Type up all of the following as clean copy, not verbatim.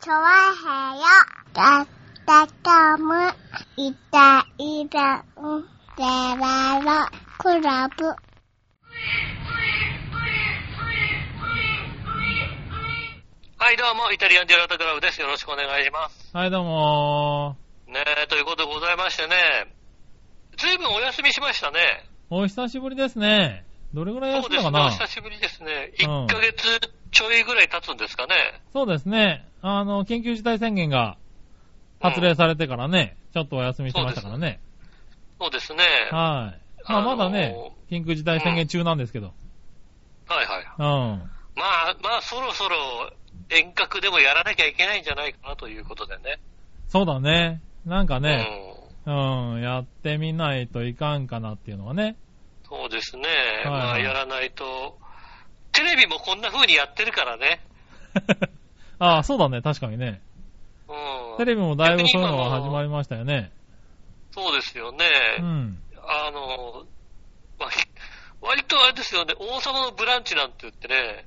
チョワヘヨだったかむいたいらんでららクラブ。 はいどうもイタリアンジェラートクラブです。よろしくお願いします。 はいどうもねえということでございましてね、ずいぶんお休みしましたね。 お久しぶりですね。どれぐらい休んだかな。 そうですね、お久しぶりですね。1ヶ月ちょいぐらい経つんですかね。 そうですね。緊急事態宣言が発令されてからね、ちょっとお休みしましたからね。 そうですね。 はい。まあまだね、緊急事態宣言中なんですけど。 はいはい。まあそろそろ遠隔でもやらなきゃいけないんじゃないかなということでね。 そうだね。なんかね、やってみないといかんかなっていうのはね。 そうですね。まあやらないと、テレビもこんな風にやってるからね。 ああ、そうだね、確かにね。テレビもだいぶそういうのが始まりましたよね。 そうですよね。割とあれですよね、王様のブランチなんて言ってね、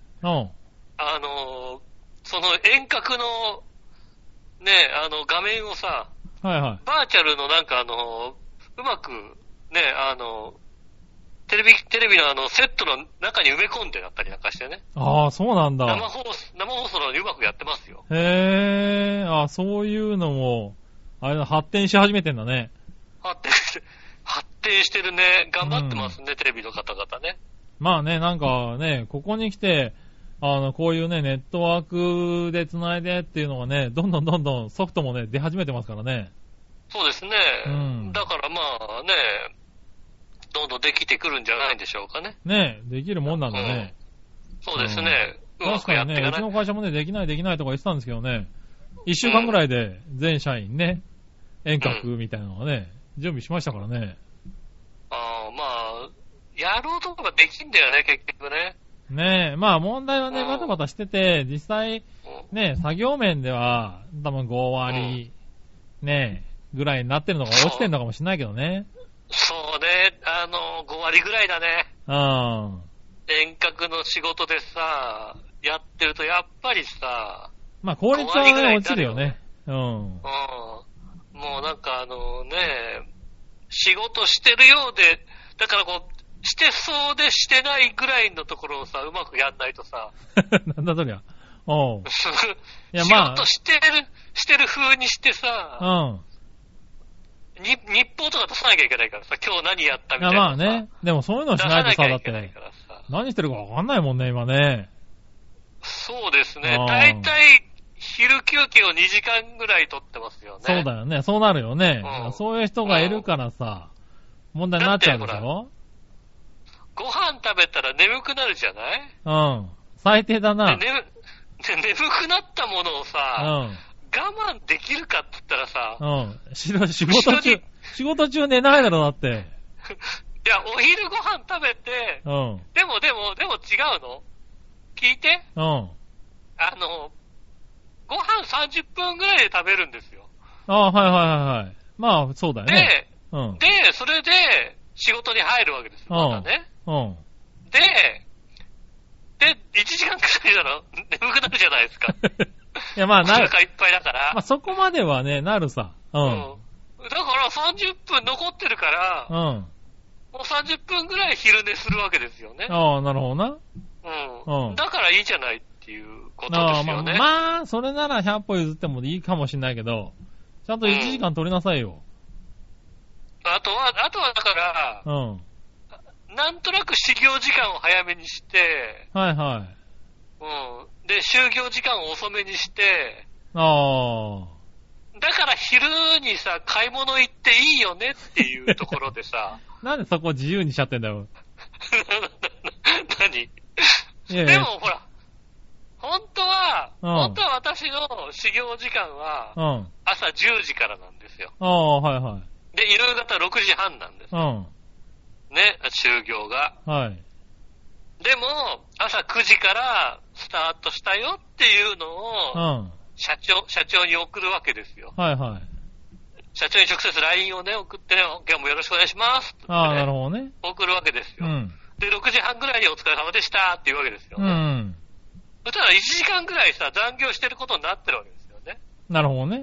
その遠隔の、ね、画面をさ、 はいはい。 バーチャルのなんかうまく、ね、テレビのセットの中に埋め込んであったりなんかしてね。 ああ、そうなんだ。 生放送のようにうまくやってますよ。 へー、あ、そういうのも、あれだ、発展し始めてんだね。 発展してるね。頑張ってますね、テレビの方々ね。 まあね、なんかね、ここに来て、こういうね、ネットワークで繋いでっていうのがね、どんどんソフトもね、出始めてますからね。 そうですね。だからまあね、どんどんできてくるんじゃないんでしょうかね。 ねえ、できるもんなんだね。 そうですね。 確かにね、うちの会社もね、できないとか言ってたんですけどね、1週間ぐらいで全社員ね、遠隔みたいなのがね、準備しましたからね。 まあ、やろうとかできんだよね、結局ね。 ねえ、まあ問題はね、バタバタしてて、実際、ね、作業面では、多分5割、ね、ぐらいになってるのが落ちてるのかもしれないけどね。 そうね、5割ぐらいだね。遠隔の仕事でさ、やってるとやっぱりさ、 まあ効率はね、落ちるよね。 もうなんか仕事してるようで、だからこう、してそうでしてないぐらいのところをさ、うまくやんないとさ。 なんだそりゃ。 いやまあ。仕事してる風にしてさ、日報とか出さなきゃいけないからさ、今日何やったみたいな。 まあね。でもそういうのしないとさ、だって、何してるかわかんないもんね、今ね。 そうですね。だいたい昼休憩を2時間ぐらい取ってますよね。 そうだよね。そうなるよね。そういう人がいるからさ、問題になっちゃうでしょ。 ご飯食べたら眠くなるじゃない？ 最低だな。 眠くなったものをさ、我慢できるかって言ったらさ、 仕事中寝ないだろ、だって。 いや、お昼ご飯食べて、でも違うの？聞いて？ご飯30分ぐらいで食べるんですよ。 はい。まあ、そうだよね。 で、それで仕事に入るわけですよ。またね。で、1時間くらいなら眠くなるじゃないですか。いや、まあ、なる。お腹いっぱいだから。 まあ、そこまではね、なるさ。 だから30分残ってるから、もう30分ぐらい昼寝するわけですよね。 なるほどな。 だからいいじゃないっていうことですよね。 まあ、それなら100歩譲ってもいいかもしれないけど、ちゃんと1時間取りなさいよ。 あとはだから、なんとなく始業時間を早めにして、 はいはい。 で、就業時間を遅めにして、だから昼にさ、買い物行っていいよねっていうところでさ。 なんでそこ自由にしちゃってんだよ。 何？でもほら、本当は私の始業時間は、朝10時からなんですよ。 はいはい。 で、夕方6時半なんですよ。ね、就業が。 はい。 でも、朝9時からスタートしたよっていうのを、社長に送るわけですよ。 はいはい。 社長に直接 LINE をね、送ってね、今日もよろしくお願いしますって、ね。 なるほどね。 送るわけですよ。で、6時半ぐらいにお疲れ様でしたっていうわけですよね。そしたら1時間ぐらいさ、残業してることになってるわけですよね。 なるほどね。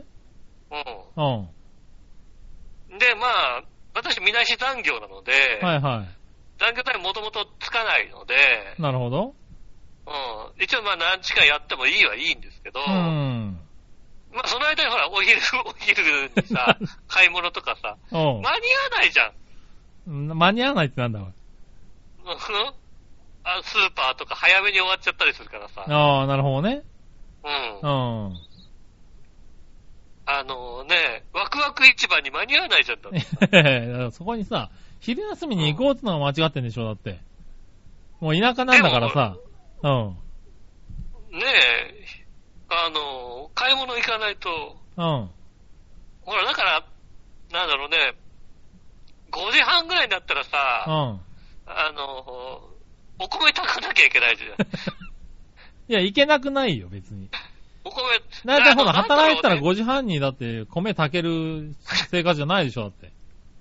で、まあ、私、みなし残業なので、 はいはい。 残業代もともとつかないので、 なるほど。 一応まあ何時間やってもいいはいいんですけど、まあその間にほら、お昼にさ、買い物とかさ、間に合わないじゃん。 間に合わないってなんだろう。 スーパーとか早めに終わっちゃったりするからさ。 ああ、なるほどね。 ワクワク市場に間に合わないじゃんだって。 そこにさ、昼休みに行こうってのが間違ってんでしょ、だって。もう田舎なんだからさ。 ねえ、買い物行かないと。ほら、だから、なんだろうね、5時半ぐらいになったらさ、お米炊かなきゃいけないじゃん。 いや、いけなくないよ、別に。 お米、 だいたいほら、働いてたら5時半にだって米炊ける生活じゃないでしょ、だって。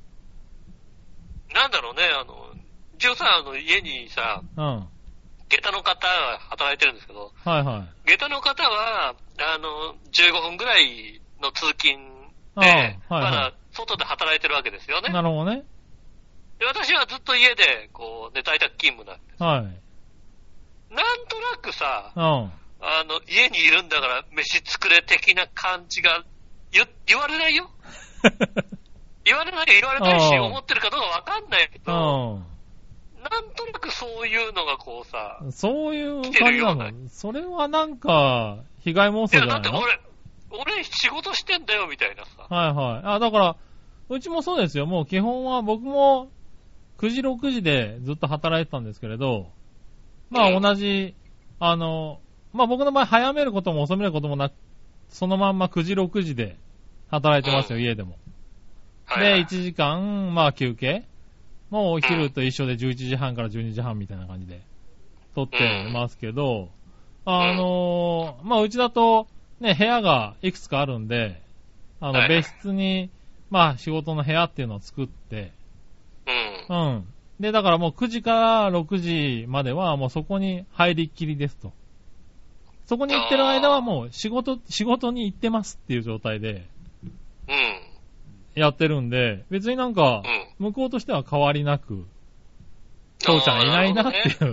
なんだろうね、一応さ、家にさ、下駄の方が働いてるんですけど、 はいはい。 下駄の方は、15分ぐらいの通勤で、まだ外で働いてるわけですよね。 なるほどね。 で、私はずっと家で、こう、在宅勤務なんです。 はい。 なんとなくさ、 家にいるんだから飯作れ的な感じが、言われないよ。言われないし、思ってるかどうかわかんないけど、なんとなくそういうのがこうさ、 そういう感じなの？それはなんか、被害妄想じゃないの？ いや、だって俺仕事してんだよ、みたいなさ。 はいはい。だから、うちもそうですよ。もう基本は僕も9時、6時でずっと働いてたんですけれど、まあ同じ、まあ僕の場合早めることも遅めることもなく、そのまんま9時、6時で働いてますよ、家でも。で、1時間、まあ休憩。もうお昼と一緒で11時半から12時半みたいな感じで撮ってますけど、まあうちだとね、部屋がいくつかあるんで、別室に、まあ仕事の部屋っていうのを作って、で、だからもう9時から6時まではもうそこに入りっきりですと。そこに行ってる間はもう仕事に行ってますっていう状態で、やってるんで、別になんか、向こうとしては変わりなく、父ちゃんいないなっていう、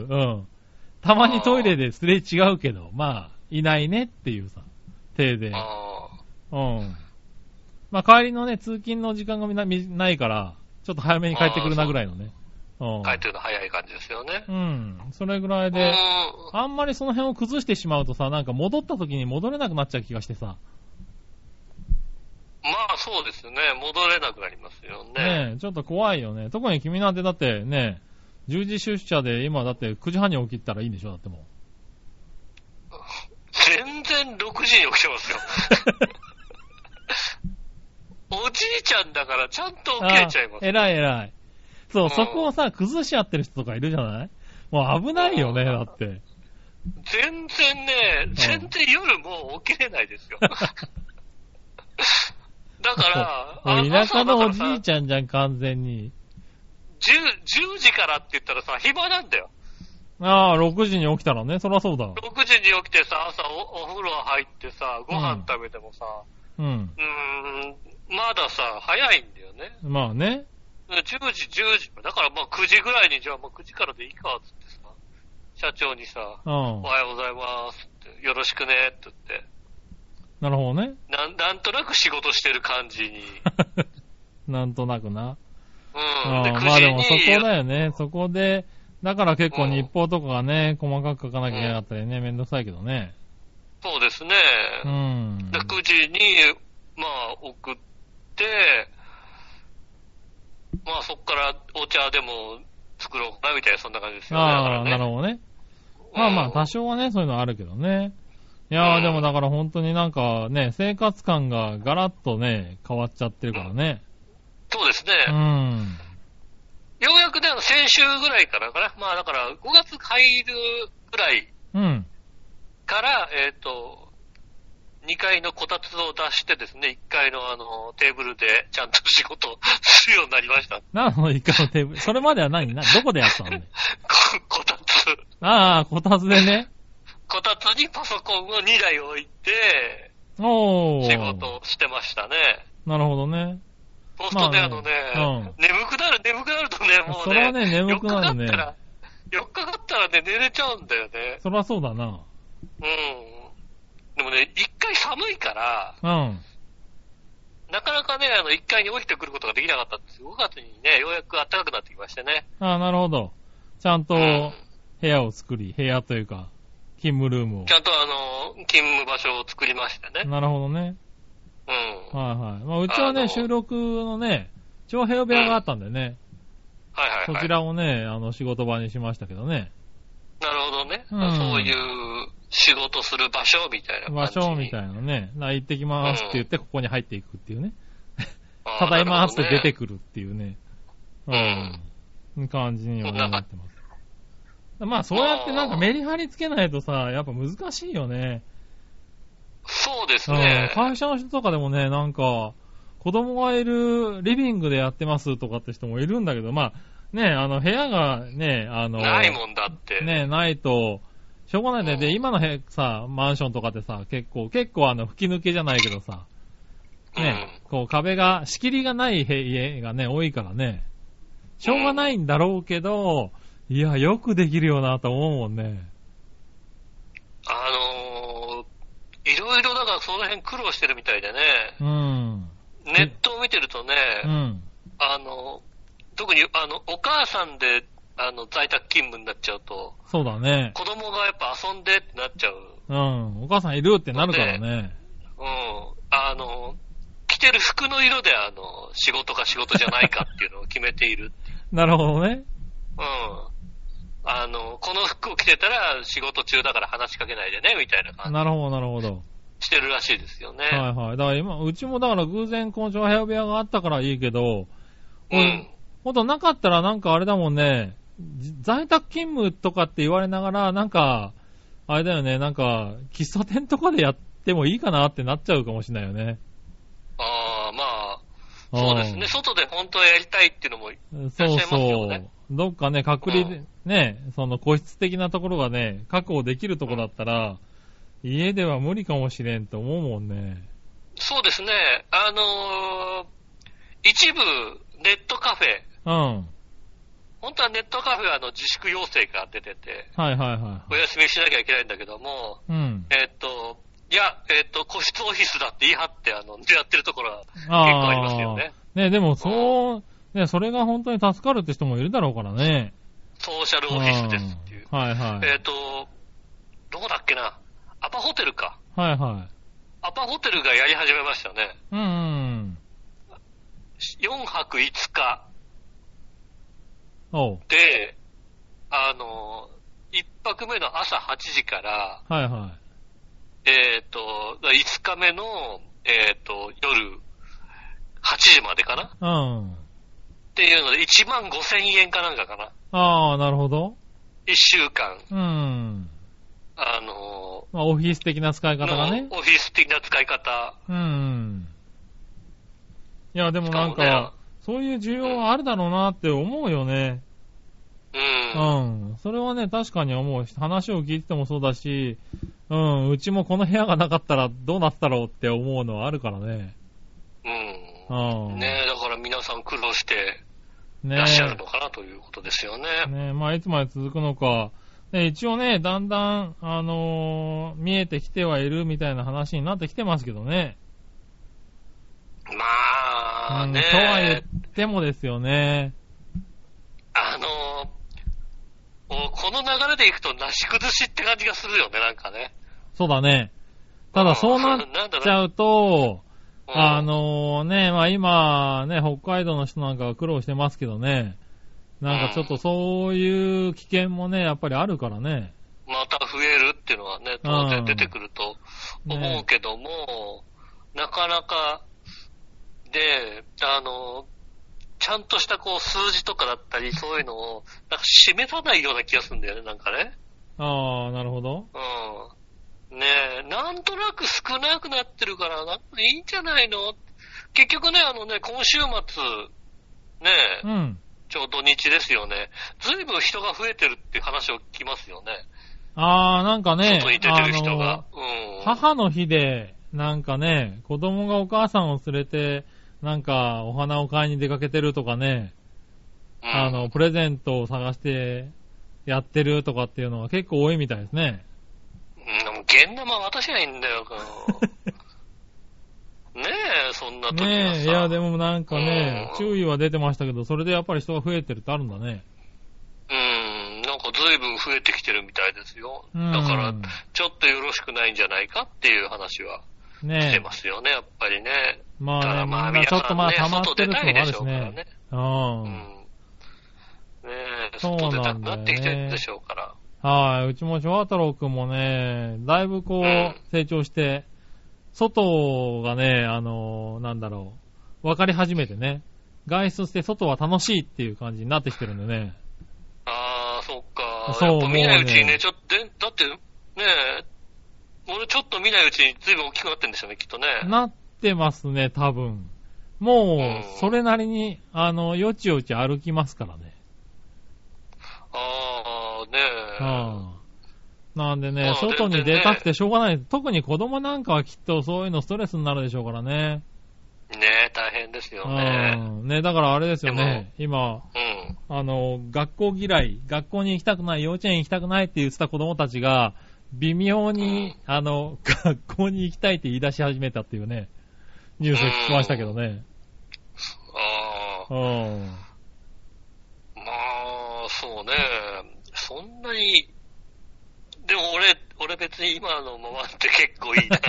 たまにトイレですれ違うけど、まあ、いないねっていうさ、体で。まあ、帰りのね、通勤の時間がないから、ちょっと早めに帰ってくるなぐらいのね。 帰ってくるの早い感じですよね。 それぐらいで、あんまりその辺を崩してしまうとさ、なんか戻った時に戻れなくなっちゃう気がしてさ。 まあそうですね。戻れなくなりますよね。 ねえ、ちょっと怖いよね。特に君なんてだってね、10時出社で今だって9時半に起きたらいいんでしょだってもう。全然6時に起きてますよ。おじいちゃんだからちゃんと起きれちゃいます。 偉い。そう、そこをさ、崩し合ってる人とかいるじゃない？もう危ないよね、だって。 全然夜もう起きれないですよ。だから、 田舎のおじいちゃんじゃん、完全に。 10時からって言ったらさ、暇なんだよ。 6時に起きたらね、そりゃそうだ。 6時に起きてさ、朝お風呂入ってさ、ご飯食べてもさ、まださ、早いんだよね。 まあね。 10時。だからまあ9時ぐらいに、じゃあもう9時からでいいか、つってさ、社長にさ、おはようございますって、よろしくね、って言って。 なるほどね。 なんとなく仕事してる感じに。 なんとなくな。 で、 まあでもそこだよね。そこで、だから結構日報とかがね、細かく書かなきゃいけなかったりね、めんどくさいけどね。 そうですね。で、9時に、まあ、送って、まあそっからお茶でも作ろうかな、みたいな、そんな感じですよね。 なるほどね。まあ多少はね、そういうのあるけどね。いやーでもだから本当になんかね、生活感がガラッとね、変わっちゃってるからね。 そうですね。ようやくね、先週ぐらいからかな。まあだから5月入るぐらいから、2階のこたつを出してですね、1階のテーブルでちゃんと仕事するようになりました。 1階のテーブル。それまではどこでやったのね。 こたつ。 こたつでね。 こたつにパソコンを2台置いて、 仕事をしてましたね。 なるほどね。 そうするとね、眠くなるとね、もうね。 それはね、眠くなるね。 4日経ったらね、寝れちゃうんだよね。 そりゃそうだな。 でもね、1回寒いから、なかなかね、1階に降りてくることができなかったんです。5月にね、ようやく暖かくなってきましてね。 なるほど。ちゃんと部屋を作り、部屋というか、勤務ルームを。 ちゃんと勤務場所を作りましてね。 なるほどね。うちはね、収録のね、長平部屋があったんでね。そちらをね、仕事場にしましたけどね。 なるほどね。そういう仕事する場所みたいな感じ。 場所みたいなね。行ってきますって言って、ここに入っていくっていうね。ただいまって出てくるっていうね。感じにはなってます。まあ、そうやってなんかメリハリつけないとさ、やっぱ難しいよね。 そうですね。 会社の人とかでもね、なんか、子供がいるリビングでやってますとかって人もいるんだけど、まあ、ね、部屋がね、 ないもんだって。 ね、ないと、しょうがないんだよ。で、今のさ、マンションとかってさ、結構吹き抜けじゃないけどさ、ね、こう壁が、仕切りがない家がね、多いからね、しょうがないんだろうけど、いや、よくできるよなと思うもんね。 いろいろだからその辺苦労してるみたいでね。ネットを見てるとね、特にお母さんで在宅勤務になっちゃうと、 そうだね。 子供がやっぱ遊んでってなっちゃう。 お母さんいるってなるからね。 着てる服の色で仕事か仕事じゃないかっていうのを決めている。 なるほどね。 この服を着てたら仕事中だから話しかけないでね、みたいな感じ。 なるほど、なるほど。 してるらしいですよね。 だから今、うちもだから偶然この長平部屋があったからいいけど、ほんとなかったらなんかあれだもんね、在宅勤務とかって言われながら、なんか、あれだよね、なんか、喫茶店とかでやってもいいかなってなっちゃうかもしれないよね。 そうですね。外で本当はやりたいっていうのもいらっしゃいますよね。 どっかね、隔離で、ね、その個室的なところがね、確保できるとこだったら、家では無理かもしれんと思うもんね。 そうですね。一部、ネットカフェ。本当はネットカフェは自粛要請が出てて。お休みしなきゃいけないんだけども、個室オフィスだって言い張って、やってるところは結構ありますよね。 でもね、それが本当に助かるって人もいるだろうからね。 ソーシャルオフィスですっていう。どこだっけな。アパホテルか。アパホテルがやり始めましたね。4泊5日。で、1泊目の朝8時から、5日目の、夜8時までかな。っていうので、15,000円かなんかかな。 なるほど。 1週間。 オフィス的な使い方がね。 オフィス的な使い方。 いや、でもなんか、そういう需要はあるだろうなって思うよね。それはね、確かに思う。話を聞いててもそうだし、うちもこの部屋がなかったらどうなったろうって思うのはあるからね。 だから皆さん苦労してらっしゃるのかなということですよね。 いつまで続くのか。一応ね、だんだん、見えてきてはいるみたいな話になってきてますけどね。とは言ってもですよね。 この流れでいくとなし崩しって感じがするよね、なんかね。 そうだね。ただそうなっちゃうと、今ね、北海道の人なんかは苦労してますけどね。なんかちょっとそういう危険もね、やっぱりあるからね。 また増えるっていうのはね、当然出てくると思うけども、なかなか、で、ちゃんとしたこう数字とかだったり、そういうのを、なんか示さないような気がするんだよね、なんかね。 なるほど。 なんとなく少なくなってるから、なんかいいんじゃないの？結局ね、今週末、ちょうど土日ですよね。ずいぶん人が増えてるっていう話を聞きますよね。 なんかね、 外に出てる人が。 母の日で、 なんかね、子供がお母さんを連れて、なんかお花を買いに出かけてるとかね、プレゼントを探してやってるとかっていうのは結構多いみたいですね。 でも、現生渡しゃいいんだよ、ねえ、そんな時はさ。 ねえ、いやでもなんかね、注意は出てましたけど、それでやっぱり人が増えてるってあるんだね。 なんか随分増えてきてるみたいですよ。だから、ちょっとよろしくないんじゃないかっていう話はしてますよね、やっぱりね。 まあね、まあちょっとまあ溜まってるってのもあるしね。 ねえ、外出たくなってきてるでしょうから。 はい、うちも翔太郎くんもね、だいぶこう、成長して、外がね、なんだろう、分かり始めてね、外出して外は楽しいっていう感じになってきてるんでね。 そっか。 そう、 やっぱ見ないうちにね、だってね、俺ちょっと見ないうちに随分大きくなってるんですよね、きっとね。 なってますね、多分。もう、それなりに、よちよち歩きますからね。なんでね、外に出たくてしょうがない。特に子供なんかはきっとそういうのストレスになるでしょうからね。 ね、大変ですよね。 ね、だからあれですよね。今、学校嫌い、学校に行きたくない、幼稚園行きたくないって言ってた子供たちが、微妙に、学校に行きたいって言い出し始めたっていうね、ニュースを聞きましたけどね。 まあ、そうね。そんなに、でも俺別に今のままって結構いいな。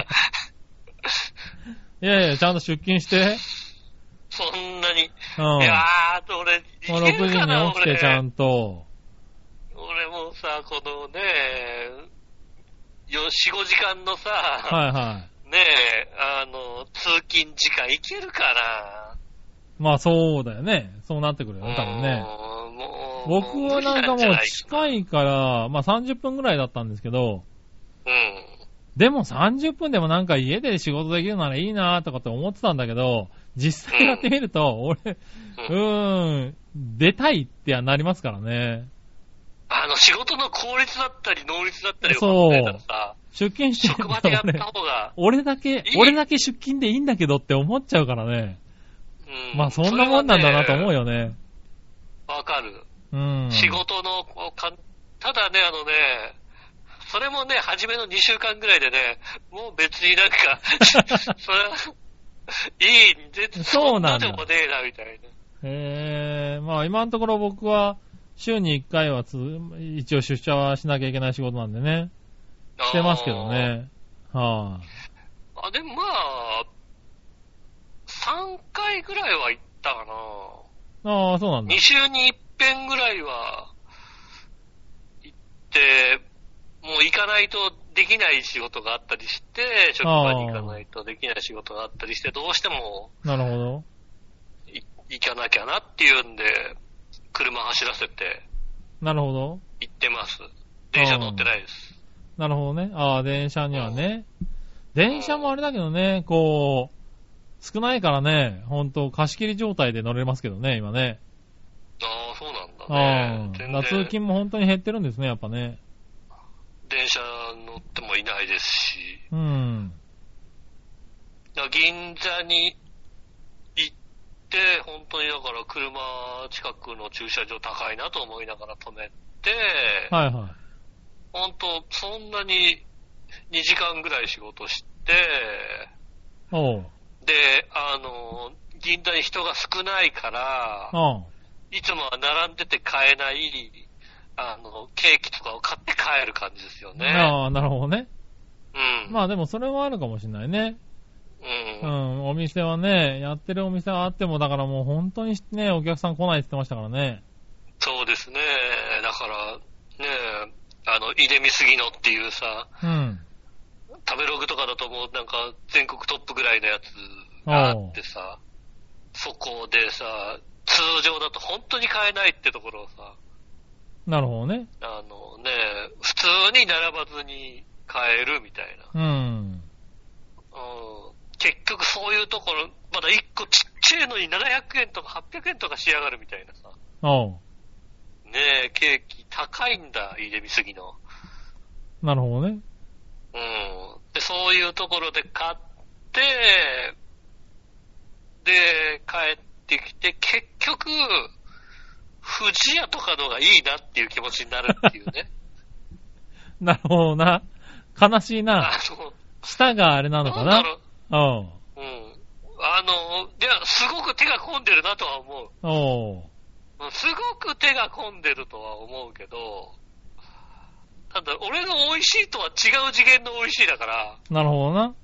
いやいや、ちゃんと出勤して。 そんなに。いやー、俺、 6時に起きてちゃんと。 俺もさ、このね、4、5時間のさ、ね通勤時間いけるかな。 まあそうだよね。そうなってくるよね、多分ね。僕はなんかもう近いから、まあ30分ぐらいだったんですけど、でも30分でもなんか家で仕事できるならいいなとかって思ってたんだけど、実際やってみると、俺、出たいってなりますからね。 仕事の効率だったり能率だったりを考えたらさ、 出勤して職場でやった方が俺だけ出勤でいいんだけどって思っちゃうからね。まあそんなもんなんだなと思うよね。 わかる。仕事の、ただね、それもね、初めの2週間ぐらいでね、もう別になんか、それは、そんなでもねえな、みたいな。 まあ今のところ僕は、週に1回は一応出社はしなきゃいけない仕事なんでね。してますけどね。 でもまあ、3回ぐらいは行ったかな。 そうなんだ。 2週に1遍ぐらいは行って、もう行かないとできない仕事があったりして、職場に行かないとできない仕事があったりして、どうしても、 なるほど。 行かなきゃなっていうんで、車走らせて、 なるほど。 行ってます。電車乗ってないです。 なるほどね。電車にはね。電車もあれだけどね、こう、少ないからね、ほんと貸し切り状態で乗れますけどね、今ね。 そうなんだね。 通勤も本当に減ってるんですね、やっぱね。 電車乗ってもいないですし。銀座に行って、本当にだから車近くの駐車場高いなと思いながら止めて、本当そんなに2時間ぐらい仕事して、で、銀座に人が少ないから、いつもは並んでて買えない、ケーキとかを買って帰る感じですよね。 なるほどね。まあでもそれはあるかもしれないね。お店はね、やってるお店はあっても、だからもう本当にね、お客さん来ないって言ってましたからね。 そうですね。だから、ね、出見杉野っていうさ、食べログとかだともうなんか全国トップぐらいのやつがあってさ、そこでさ、通常だと本当に買えないってところをさ、 なるほどね。 普通に並ばずに買えるみたいな。結局そういうところ、まだ1個ちっちゃいのに700円とか800円とかしやがるみたいなさ。ねえ、ケーキ高いんだ、出見杉野。 なるほどね。 で、そういうところで買っで、帰ってきて、結局、富士屋とかのがいいなっていう気持ちになるっていうね。 なるほどな。悲しいな。舌があれなのかな。うん。 いや、すごく手が込んでるなとは思う。すごく手が込んでるとは思うけど、ただ、俺の美味しいとは違う次元の美味しいだから。 なるほどな。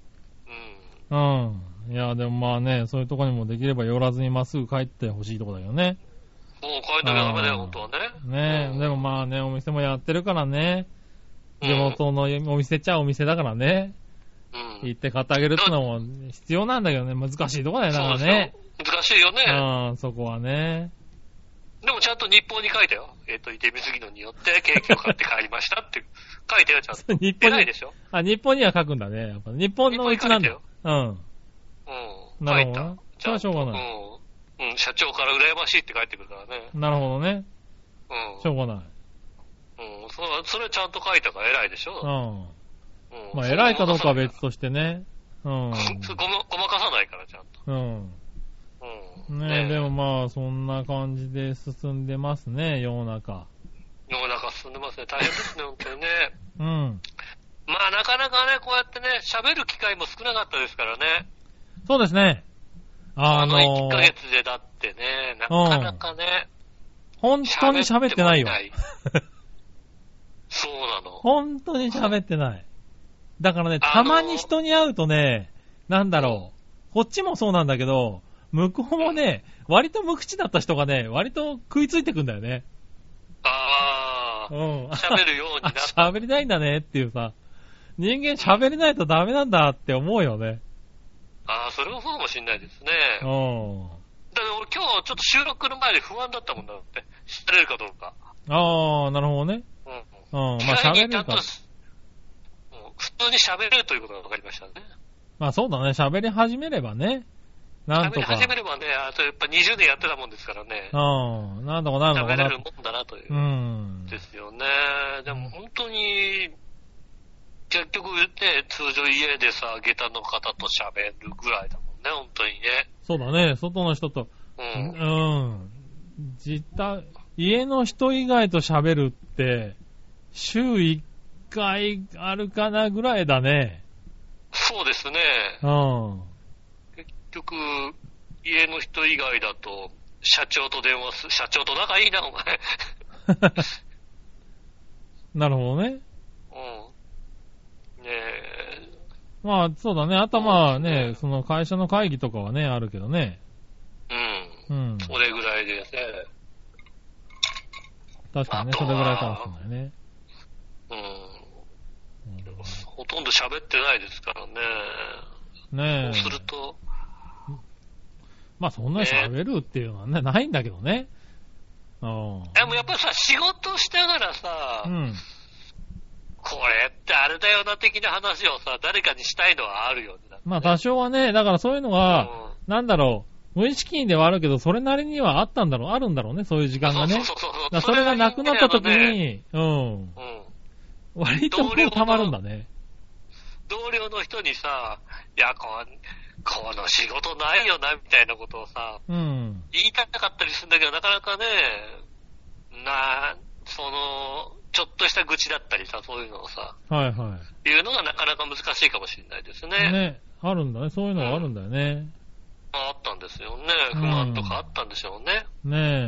いや、でもまあね、そういうとこにもできれば寄らずにまっすぐ帰ってほしいとこだよね。 もう帰んなきゃダメだよ、本当はね。 ねえ、でもまあね、お店もやってるからね。地元のお店っちゃお店だからね。行って買ってあげるってのも必要なんだけどね、難しいとこだよ、だからね。 難しいよね。 そこはね。 でもちゃんと日報に書いたよ。出水木野によってケーキを買って帰りましたって書いたよ、ちゃんと。日報に。偉いでしょ？ 日報には書くんだね。やっぱ日本のうちなんだよ。なるほどな。それはしょうがない。 社長から羨ましいって帰ってくるからね。 なるほどね。しょうがない。 それちゃんと書いたから偉いでしょ。 まあ偉いかどうかは別としてね。 ごまかさないからちゃんと。 ねえ、でもまあそんな感じで進んでますね、世の中。 世の中進んでますね。大変ですね、本当にね。まあなかなかね、こうやってね、喋る機会も少なかったですからね。 そうですね。 1ヶ月でだってね、なかなかね。 本当に喋ってないよ。 そうなの。 本当に喋ってない。だからね、たまに人に会うとね、なんだろう。こっちもそうなんだけど、向こうもね、割と無口だった人がね、割と食いついてくんだよね。 喋るようになった。 喋りたいんだねっていうさ。人間喋れないとダメなんだって思うよね。 それもそうかもしんないですね。だから俺今日ちょっと収録の前で不安だったもんだって。喋れるかどうか。 なるほどね。まあ喋れるか。 普通に喋れるということが分かりましたね。 まあそうだね。喋り始めればね。なんとか。 喋り始めればね、やっぱ20年やってたもんですからね。 なんとかなるのかな。 喋れるもんだなという。ですよね。でも本当に、結局ね、通常家でさ、下駄の方と喋るぐらいだもんね、本当にね。 そうだね、外の人と。家の人以外と喋るって、週1回あるかなぐらいだね。 そうですね。結局、家の人以外だと、社長と社長と仲いいな、お前。 なるほどね。まあ、そうだね。あとまあね、その会社の会議とかはね、あるけどね。 それぐらいですね。 確かにね、それぐらいかもしれないね。 ほとんど喋ってないですからね。そうすると。 まあそんなに喋るっていうのはね、ないんだけどね。 でもやっぱりさ、仕事しながらさ、これってあれだよな的な話をさ、誰かにしたいのはあるよね。 まあ多少はね、だからそういうのが、なんだろう、無意識ではあるけど、それなりにはあるんだろうね、そういう時間がね。それがなくなった時に、割とこう溜まるんだね。 同僚の人にさ、いや、この仕事ないよな、みたいなことをさ、言いたかったりするんだけど、なかなかね、ちょっとした愚痴だったりさ、そういうのをさ、いうのがなかなか難しいかもしれないですね。 ね、あるんだね、そういうのがあるんだよね。 あったんですよね。不満とかあったんでしょうね。 ね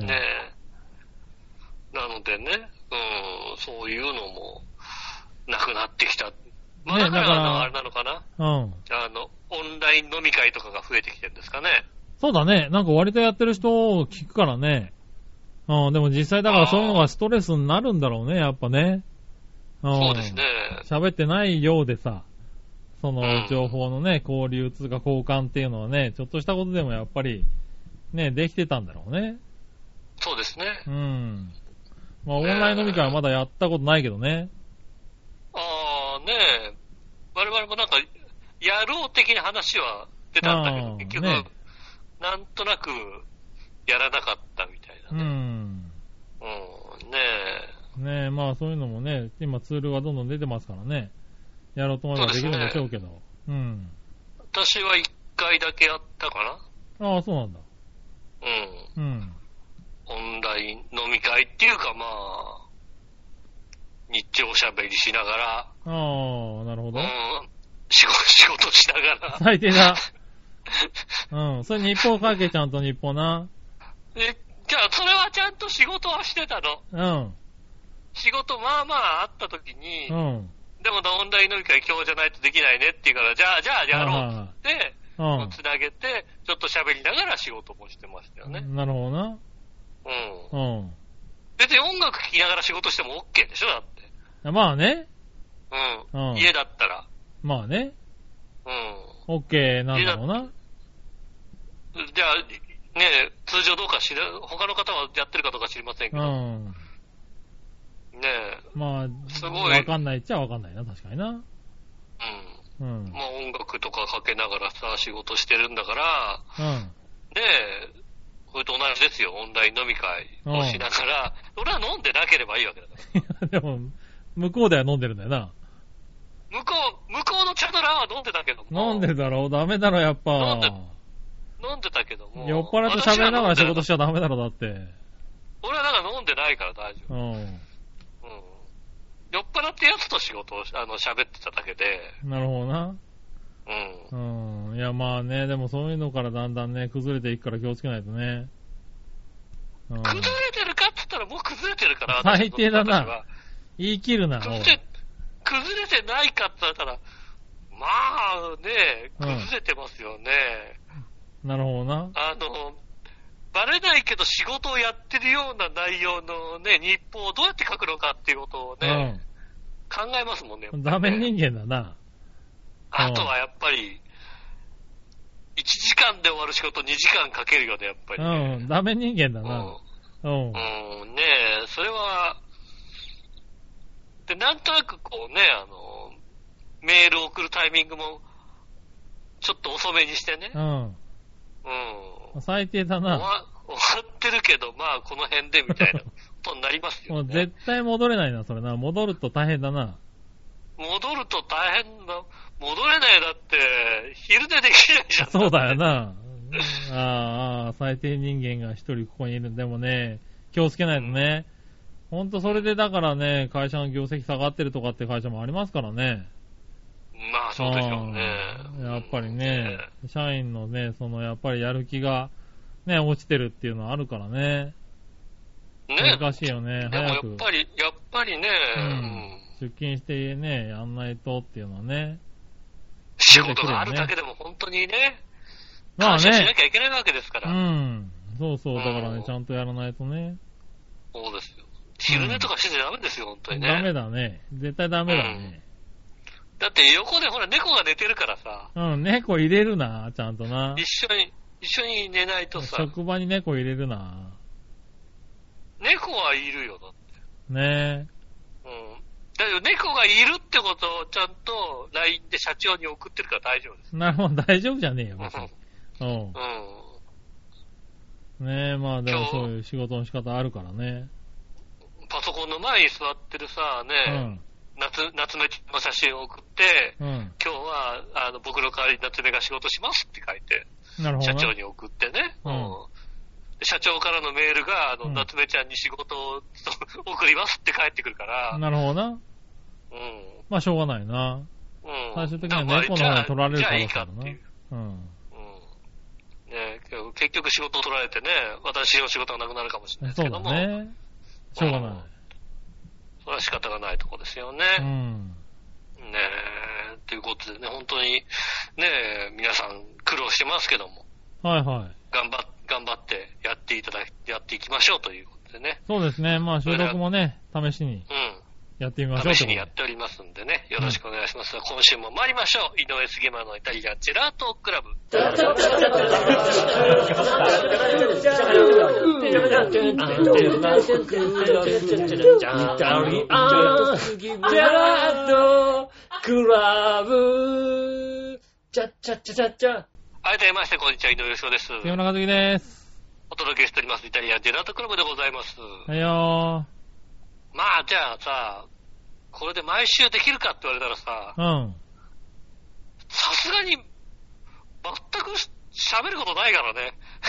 なのでね、そういうのもなくなってきた。まあだからあれなのかな。オンライン飲み会とかが増えてきてるんですかね。 そうだね。なんか割とやってる人を聞くからね。でも実際だからそういうのがストレスになるんだろうね、やっぱね。 そうですね。 喋ってないようでさ、その情報のね、交流通貨交換っていうのはね、ちょっとしたことでもやっぱり、ね、できてたんだろうね。 そうですね。 まあオンライン飲み会はまだやったことないけどね。 我々もなんか、やろう的な話は出たんだけど、結局、なんとなく、やらなかったみたいなね。 まあそういうのもね、今ツールがどんどん出てますからね。やろうと思えばできるんでしょうけど。 私は1回だけやったかな。 ああ、そうなんだ。 うん。オンライン飲み会っていうかまあ、日常おしゃべりしながら。 ああ、なるほど。 仕事しながら。 最低だ。それ日報書けちゃんと日報な。 じゃあ、それはちゃんと仕事はしてたの。仕事まあまああった時に、でもオンライン飲み会今日じゃないとできないねって言うから、じゃあやろうって、つなげて、ちょっと喋りながら仕事もしてましたよね。 なるほどな。 別に音楽聴きながら仕事しても OK でしょだって。 まあね。 家だったら。 まあね。OK なんだろうな。 じゃあ、ね通常どうか他の方はやってるかどうか知りませんけど。ねまあ、すごい。わかんないっちゃわかんないな、確かにな。 まあ音楽とかかけながらさ、仕事してるんだから、これと同じですよ、オンライン飲み会をしながら、俺は飲んでなければいいわけだから。 でも、向こうでは飲んでるんだよな。 向こうのチャドラーは飲んでたけども。 飲んでるだろう、ダメだろ、やっぱ。 飲んでたけども。 酔っ払って喋りながら仕事しちゃダメだろ、だって。 俺はだから飲んでないから大丈夫。酔っ払ってやつと仕事を喋ってただけで。 なるほどな。いや、まあね、でもそういうのからだんだんね、崩れていくから気をつけないとね。 崩れてるかって言ったらもう崩れてるから。 最低だな。言い切るな。 崩れてないかって言ったら、まあね、崩れてますよね。 なるほどな。 バレないけど仕事をやってるような内容のね、日報をどうやって書くのかっていうことをね、考えますもんね。 ダメ人間だな。 あとはやっぱり、1時間で終わる仕事2時間かけるよね、やっぱり、ね。 ダメ人間だな。 ねえ、それは、で、なんとなくこうね、メールを送るタイミングも、ちょっと遅めにしてね。 最低だな。 終わってるけど、まあ、この辺でみたいなことになりますよね。 もう絶対戻れないな、それな。戻ると大変だな。 戻ると大変だ。戻れないだって、昼寝できないじゃん。 そうだよな。最低人間が一人ここにいるんでもね、気をつけないとね。ほんとそれでだからね、会社の業績下がってるとかって会社もありますからね。 まあそうでしょうね。 やっぱりね、社員のね、やっぱりやる気がね、落ちてるっていうのはあるからね。難しいよね。 でもやっぱりね、 出勤してね、やんないとっていうのはね。 仕事があるだけでも本当にね、感謝しなきゃいけないわけですから。 そうそう、だからね、ちゃんとやらないとね。 そうですよ。昼寝とかしてダメですよ、本当にね。 ダメだね。絶対ダメだね。 だって横でほら猫が寝てるからさ。 猫入れるな、ちゃんとな。 一緒に寝ないとさ。 職場に猫入れるな。 猫はいるよ、だって。 ねえ。だけど猫がいるってことをちゃんと LINE で社長に送ってるから大丈夫です。 なるほど、大丈夫じゃねえよ、別に。ねえ、まあでもそういう仕事の仕方あるからね。 パソコンの前に座ってるさ、ね、夏目の写真を送って、今日は僕の代わりに夏目が仕事しますって書いて、社長に送ってね。社長からのメールが、夏目ちゃんに仕事を送りますって返ってくるから。 なるほどな。まあしょうがないな。最終的には猫の方に取られるからだからな。 結局仕事を取られてね、私の仕事がなくなるかもしれないですけども。 そうだね。しょうがない。 それは仕方がないとこですよね。ねえ、ということでね、本当に、ねえ、皆さん苦労してますけども。 はいはい。 頑張ってやっていきましょうということでね。 そうですね。まあ収録もね、試しに。やってみましょう。 試しにやっておりますんでね、よろしくお願いします。今週も参りましょう。井上杉村のイタリアンジェラートクラブ。改めまして、こんにちは、井上翔です。 杉村和樹です。 お届けしております、イタリアンジェラートクラブでございます。 はいよー。 まあ、じゃあさ、これで毎週できるかって言われたらさ、さすがに、 全く喋ることないからね。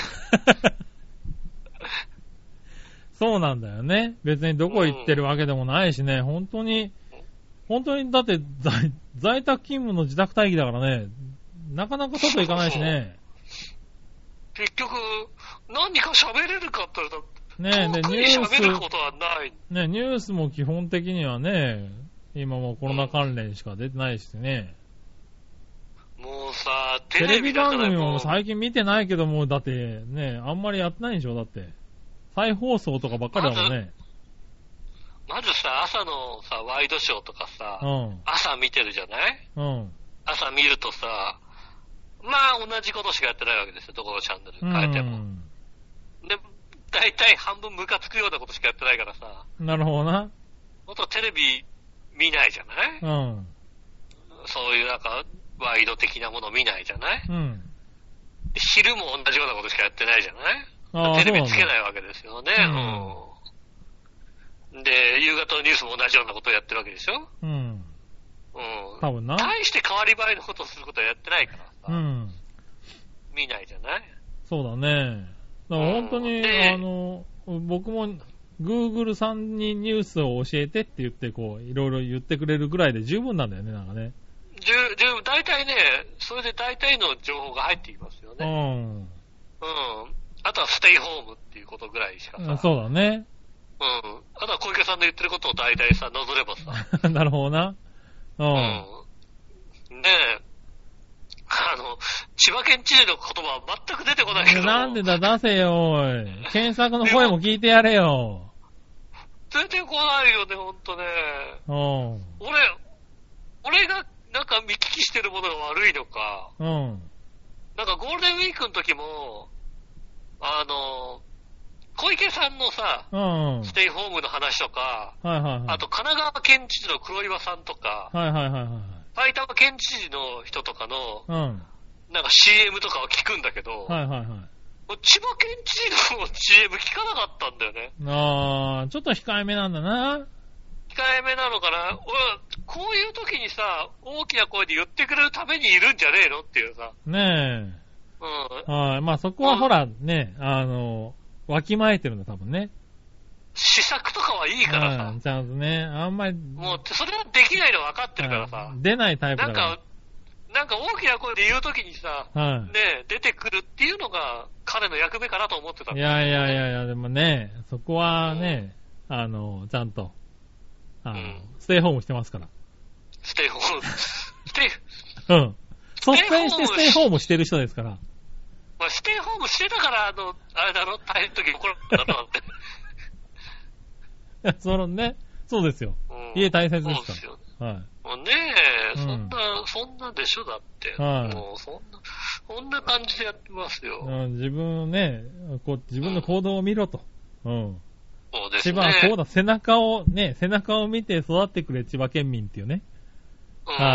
そうなんだよね。別にどこ行ってるわけでもないしね、本当にだって在宅勤務の自宅待機だからね、なかなか外行かないしね。 結局、何か喋れるかって言ったら、 ねえ、 特に喋ることはない。 ね、ニュースも基本的にはね、今もコロナ関連しか出てないしね。 もうさ、 テレビ番組も最近見てないけども、だってね、あんまりやってないんでしょ、だって。再放送とかばっかりだもんね。 まずさ、朝のさ、ワイドショーとかさ、朝見てるじゃない？朝見るとさ、まあ同じことしかやってないわけですよ、どこのチャンネル変えても。で、大体半分ムカつくようなことしかやってないからさ。 なるほどな。 あとテレビ見ないじゃない？そういうなんか、ワイド的なもの見ないじゃない？昼も同じようなことしかやってないじゃない？テレビつけないわけですよね。で、夕方のニュースも同じようなことをやってるわけでしょ？ 多分な。 大して変わり映えのことをすることはやってないからさ。見ないじゃない？ そうだね。だから本当に、僕も Google さんにニュースを教えてって言って、こう、いろいろ言ってくれるぐらいで十分なんだよね、なんかね。 大体ね、それで大体の情報が入ってきますよね。あとはステイホームっていうことぐらいしかさ。 そうだね。 あとは小池さんの言ってることを大体さ、なぞればさ。 なるほどな。 ねえ。千葉県知事の言葉は全く出てこないけど。 なんでだ、出せよ、おい。検索の声も聞いてやれよ。 出てこないよね、ほんとね。俺がなんか見聞きしてるものが悪いのか。なんかゴールデンウィークの時も、小池さんのさ、ステイホームの話とか、あと神奈川県知事の黒岩さんとか、埼玉県知事の人とかの、なんか CM とかを聞くんだけど、千葉県知事の CM 聞かなかったんだよね。 ちょっと控えめなんだな。 控えめなのかな。こういう時にさ、大きな声で言ってくれるためにいるんじゃねえのっていうさ。 ねえ。まあそこはほら、ね、わきまえてるんだ、多分ね。 施策とかはいいからさ。 ちゃんとね、あんまり。 もう、それはできないの分かってるからさ。 出ないタイプだから。 なんか大きな声で言うときにさ、ね、出てくるっていうのが彼の役目かなと思ってた。 いや、でもね、そこはね、ちゃんと、ステイホームしてますから。 ステイホーム率先してステイホームしてる人ですから。 まあ、ステイホームしてたから、あれだろ、大変な時に怒られたんだろって。そうですよ。家大切ですから。そうですよ。 ねえ、そんなでしょ、だって。もう、そんな感じでやってますよ。 自分の行動を見ろと。 そうですね。 千葉はこうだ、背中を見て育ってくれ、千葉県民っていうね。 もう、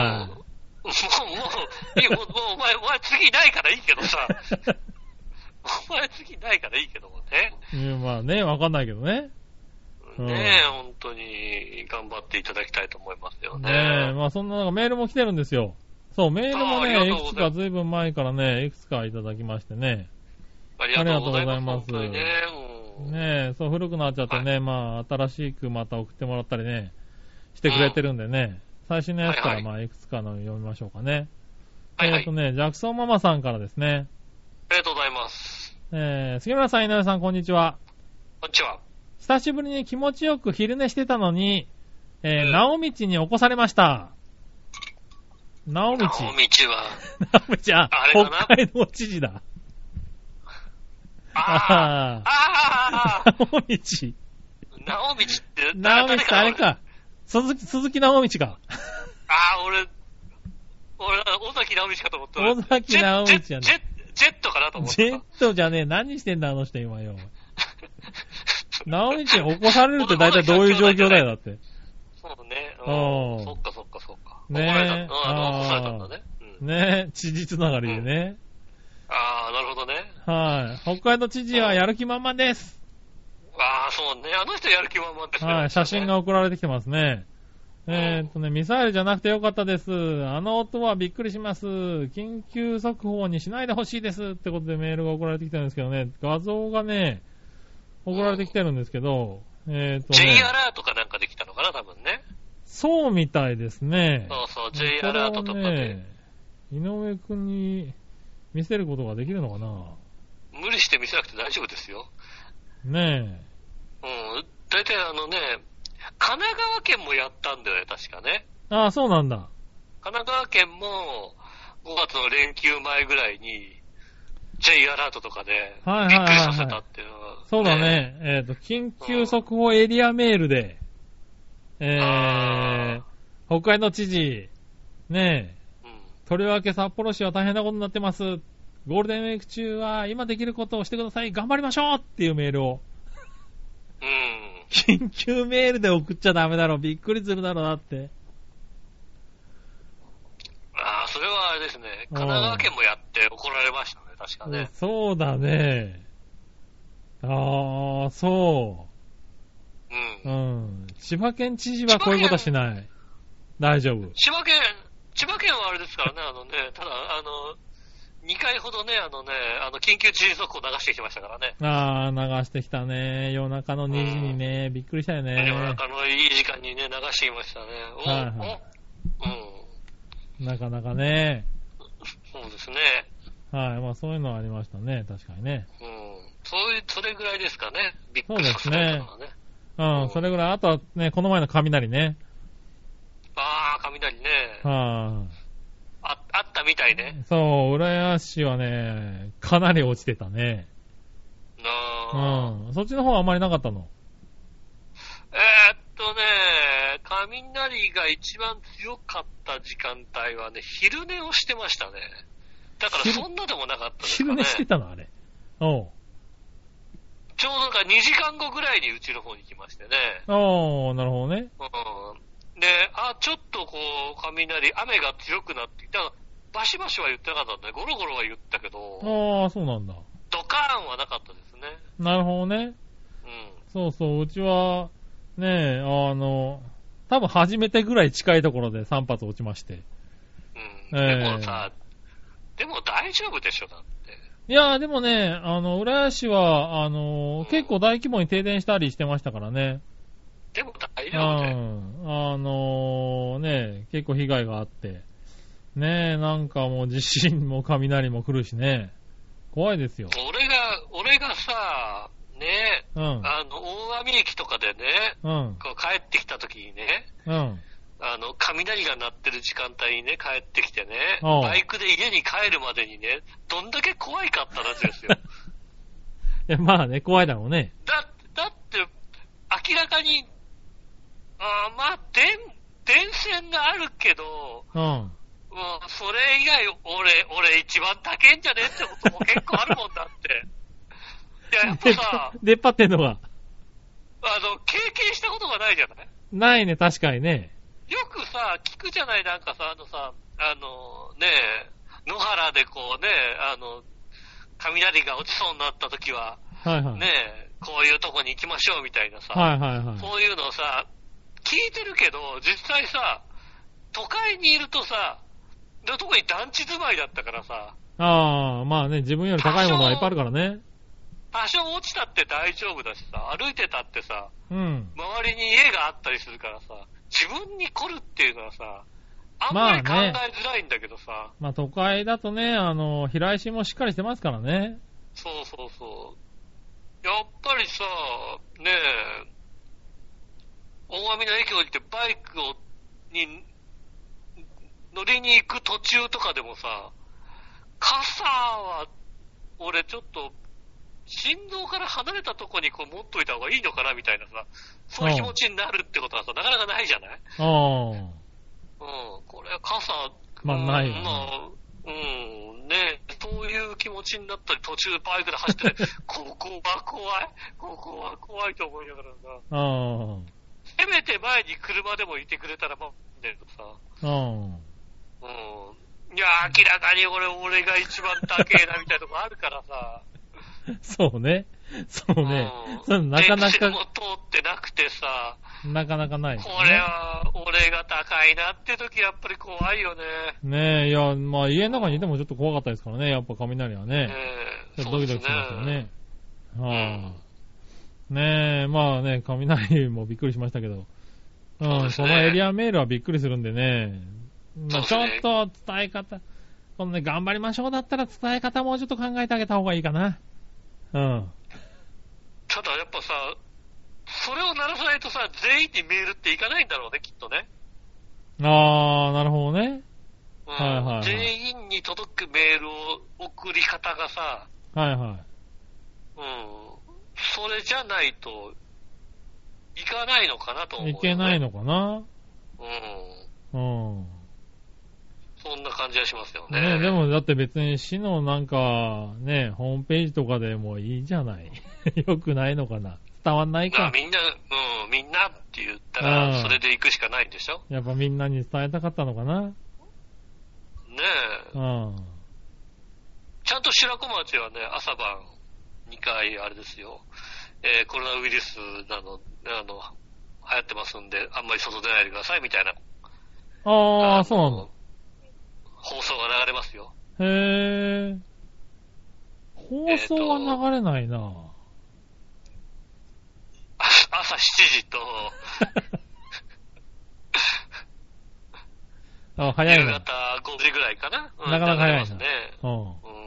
お前次ないからいいけどさ。お前次ないからいいけどもね。 まあね、わかんないけどね。 ねえ、本当に頑張っていただきたいと思いますよね。 ねえ、まあそんなメールも来てるんですよ。そう、メールもね、いくつかずいぶん前からね、いくつかいただきましてね。 ありがとうございます。 ねえ、そう、古くなっちゃってね、まあ新しくまた送ってもらったりね、してくれてるんでね、最新のやつからまあいくつかの読みましょうかね。ジャクソンママさんからですね。 ありがとうございます。 杉村さん、井上さん、こんにちは。 こんにちは。 久しぶりに気持ちよく昼寝してたのに、直道に起こされました。直道は、北海道知事だ。 直道ってあれか。鈴木直道か。 俺、尾崎直道かと思った。 尾崎直道じゃねえ。 ジェットかなと思った。 ジェットじゃねえ。何してんだ、あの人今よ。直道に起こされるって大体どういう状況だよ、だって。 そうね。そっか。 ねえ。 起こされたんだね。 ねえ、知事つながりでね。 なるほどね。 はい。北海道知事はやる気満々です。 そうね。あの人やる気満々ですね。 はい。写真が送られてきてますね。 ミサイルじゃなくてよかったです。あの音はびっくりします。緊急速報にしないでほしいです。ってことでメールが送られてきたんですけどね、画像がね、送られてきてるんですけど、 J アラートかなんかできたのかな、多分ね。 そうみたいですね。 そうそう、J アラートとかで。 井上くんに見せることができるのかな？ 無理して見せなくて大丈夫ですよ。 ねえ。大体神奈川県もやったんだよね、確かね。 ああ、そうなんだ。 神奈川県も5月の連休前ぐらいに J アラートとかでびっくりさせたっていうのは、 そうだね。緊急速報エリアメールで、北海道知事、ねえ、とりわけ札幌市は大変なことになってます。ゴールデンウィーク中は今できることをしてください。頑張りましょうっていうメールを。緊急メールで送っちゃダメだろ。びっくりするだろうなって。 ああ、それはあれですね。神奈川県もやって怒られましたね、確かね。 そうだね。ああ、そう。千葉県知事はこういうことしない。大丈夫。 千葉県はあれですからね、ただ、2回ほどね、緊急地震速報流してきましたからね。 ああ、流してきたね。夜中の2時にね、びっくりしたよね。 夜中のいい時間にね、流してきましたね。 なかなかね。 そうですね。 はい、まあそういうのはありましたね、確かにね。 それぐらいですかね。びっくりさせたのはね。それぐらい。あとはね、この前の雷ね。 ああ、雷ね。あったみたいね。 そう、浦安市はね、かなり落ちてたね。そっちの方はあんまりなかったの？ 雷が一番強かった時間帯はね、昼寝をしてましたね。だからそんなでもなかったですかね。 昼寝してたのあれ。 ちょうどなんか2時間後ぐらいにうちの方に来ましてね。 なるほどね。 で、ちょっと雷、雨が強くなってきた。バシバシは言ってなかったんで、ゴロゴロは言ったけど。 そうなんだ。 ドカーンはなかったですね。 なるほどね。そうそう、うちは、ね多分初めてぐらい近いところで3発落ちまして。 でもさ、でも大丈夫でしょ、だって。 いや、でもね、浦安市は、結構大規模に停電したりしてましたからね。 でも大丈夫ね、結構被害があって。ねえ、なんかもう地震も雷も来るしね。怖いですよ。 俺がさ、ね、大網駅とかでね、帰ってきた時にね、雷が鳴ってる時間帯にね、帰ってきてね、バイクで家に帰るまでにね、どんだけ怖いかったらしいですよ。 いや、まあね、怖いだろうね。 だって、明らかに、電線があるけど、それ以外、俺一番高いんじゃねってことも結構あるもんだって。いや、やっぱさ、 出っ張ってんのが。 経験したことがないじゃない？ ないね、確かにね。 よくさ、聞くじゃない、なんかさ、野原で雷が落ちそうになった時は、こういうとこに行きましょうみたいなさ、そういうのをさ、聞いてるけど、実際さ、都会にいるとさ、特に団地住まいだったからさ。 まあね、自分より高いものはいっぱいあるからね。 多少落ちたって大丈夫だしさ、歩いてたってさ、 周りに家があったりするからさ、自分に来るっていうのはさ、あんまり考えづらいんだけどさ。 まあ都会だとね、避雷針もしっかりしてますからね。 そう。やっぱりさ、ねえ、大網の駅降りてバイクに乗りに行く途中とかでもさ、傘は、俺ちょっと、心臓から離れたとこに持っといた方がいいのかなみたいなさ、そういう気持ちになるってことはさ、なかなかないじゃない？これは傘、 ないよね、そういう気持ちになったり、途中バイクで走って、ここは怖いと思いながらさ、せめて前に車でもいてくれたらまあ、ね、さ、いや、明らかに俺が一番高えなみたいなとこあるからさ。 そうね。 そうね。そういうのなかなか。 電池も通ってなくてさ。 なかなかない、ね。 これは、俺が高いなって時やっぱり怖いよね。 ねえ、いや、まあ家の中にいてもちょっと怖かったですからね、やっぱ雷はね。ちょっとドキドキしますよね。はあ、ねえ、まあね、雷もびっくりしましたけど。うん、そのエリアメールはびっくりするんでね。まあ、ちょっと伝え方、このね、頑張りましょうだったら伝え方もうちょっと考えてあげた方がいいかな。うん。ただやっぱさ、それを鳴らさないとさ、全員にメールっていかないんだろうね、きっとね。 あー、なるほどね。 うん、はいはいはい、全員に届くメールを送り方がさ、 はいはい。 うん。それじゃないと、いかないのかなと思う、ね。 いけないのかな。 うん。 うん。 そんな感じはしますよね。 ね、でもだって別に市のなんか、ね、ホームページとかでもいいじゃない。よくないのかな。伝わんないか。 みんなって言ったら、それで行くしかないんでしょ。 やっぱみんなに伝えたかったのかな。ねえ。うん。ちゃんと白子町はね、朝晩2回あれですよ。コロナウイルス流行ってますんで、あんまり外出ないでくださいみたいな。 ああ、そうなんだ。 放送が流れますよ。 へー。放送は流れないな。 朝7時と、 あ、早いな。 夕方5時ぐらいかな。 なかなか早いな。 ね。 うん。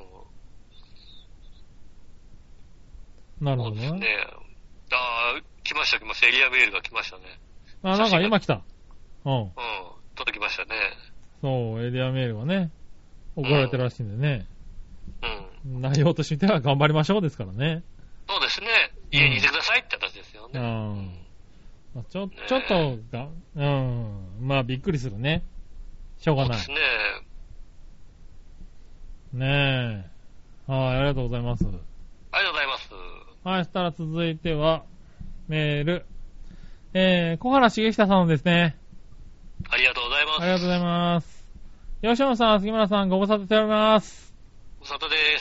なるほどね。 来ました。エリアメールが来ましたね。 あ、なんか今来た。うん。 届きましたね。 そう、エリアメールがね、送られてるらしいんでね。 うん。 内容としては頑張りましょうですからね。 そうですね。家にいてくださいって形ですよね。 まあ、ちょっとが、まあびっくりするね。しょうがない。 そうですね。ねえ。はい、ありがとうございます。 ありがとうございます。 はい、そしたら続いては、メール。小原茂久さんのですね。 ありがとうございます。 ありがとうございます。吉野さん、杉村さん、ご無沙汰しております。 ご無沙汰です。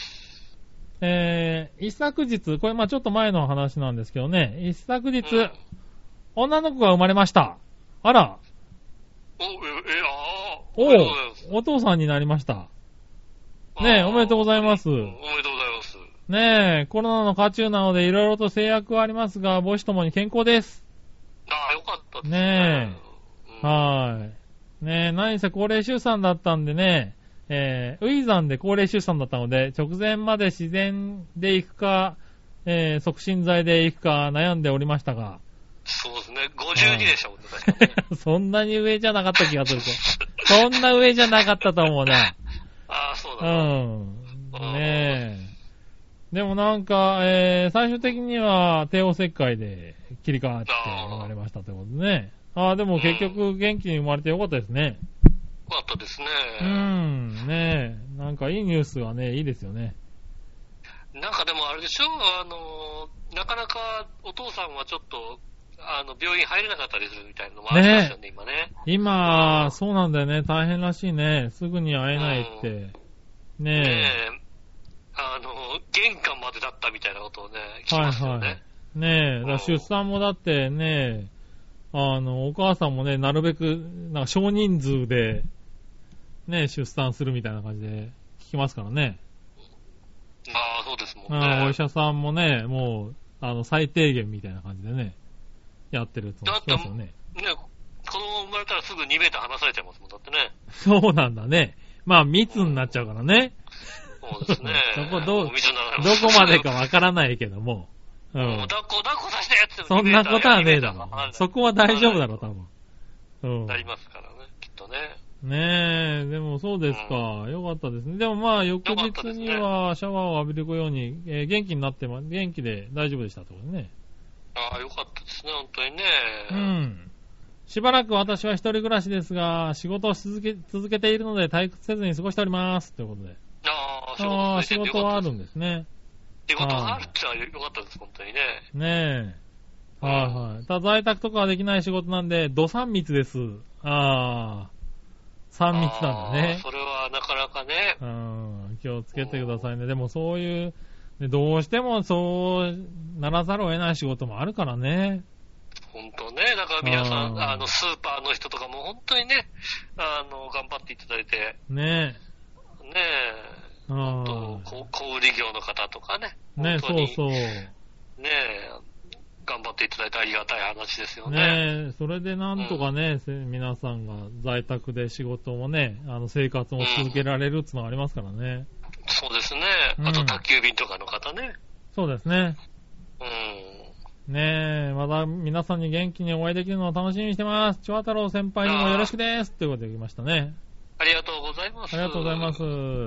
一昨日、これまあちょっと前の話なんですけどね、一昨日、女の子が生まれました。あら。お父さんになりました。ねえ、おめでとうございます。 おめでとうございます。 ねえ、コロナの渦中なのでいろいろと制約はありますが、母子ともに健康です。 よかったですね。はい。ねえ、何せ高齢出産だったんでね、初産で高齢出産だったので、直前まで自然で行くか、促進剤で行くか悩んでおりましたが。 そうですね、52でしたもんね、確かに。 そんなに上じゃなかった気がするけど。そんな上じゃなかったと思うな。 そうだね。ねえ。でもなんか、最終的には帝王切開で切り替わって生まれましたということでね。でも結局元気に生まれてよかったですね。 よかったですね。 ねえ。なんかいいニュースはね、いいですよね。 なんかでもあれでしょ、なかなかお父さんはちょっと、病院入れなかったりするみたいなのもありますよね、今ね。 今、そうなんだよね。大変らしいね。すぐに会えないって。ねえ。 玄関までだったみたいなことをね、聞きますよね。はいはい。 ねえ、出産もだってね、お母さんもね、なるべく、なんか少人数で、ね、出産するみたいな感じで聞きますからね。 そうですもんね。 お医者さんもね、もう、最低限みたいな感じでね、やってると聞きますよね。 ね、子供生まれたらすぐ2メーター離されちゃいますもん、だってね。 そうなんだね。まあ、密になっちゃうからね。 そうですね。 どこまでかわからないけども。 抱っこさせてってそんなことはねえだろ。そこは大丈夫だろ、多分。 なりますからね、きっとね。 ねえ、でもそうですか。よかったですね。でもまあ、翌日にはシャワーを浴びるように、元気になって元気で大丈夫でしたってことね。 よかったですね、本当にね。 しばらく私は一人暮らしですが、仕事を続けているので退屈せずに過ごしております。ということで。仕事はあるんですね。 仕事があるってのはよかったです、本当にね。 ねえ。はい。ただ在宅とかはできない仕事なんで、ど3密です。3密なんだね。 それはなかなかね。 気をつけてくださいね。でもそういう、 どうしてもそうならざるを得ない仕事もあるからね。 本当ね。だから皆さん、スーパーの人とかも本当にね、頑張っていただいて。 ねえ。ねえ。本当、小売業の方とかね。 ねえ、そうそう。 ねえ、頑張っていただいてありがたい話ですよね。 ねえ、それでなんとかね、皆さんが在宅で仕事もね、生活も続けられるっていうのがありますからね。 そうですね。あと宅急便とかの方ね。 そうですね。ねえ、また皆さんに元気にお会いできるのを楽しみにしてます。チョア太郎先輩にもよろしくです。ということで来ましたね。 ありがとうございます。 ありがとうございます。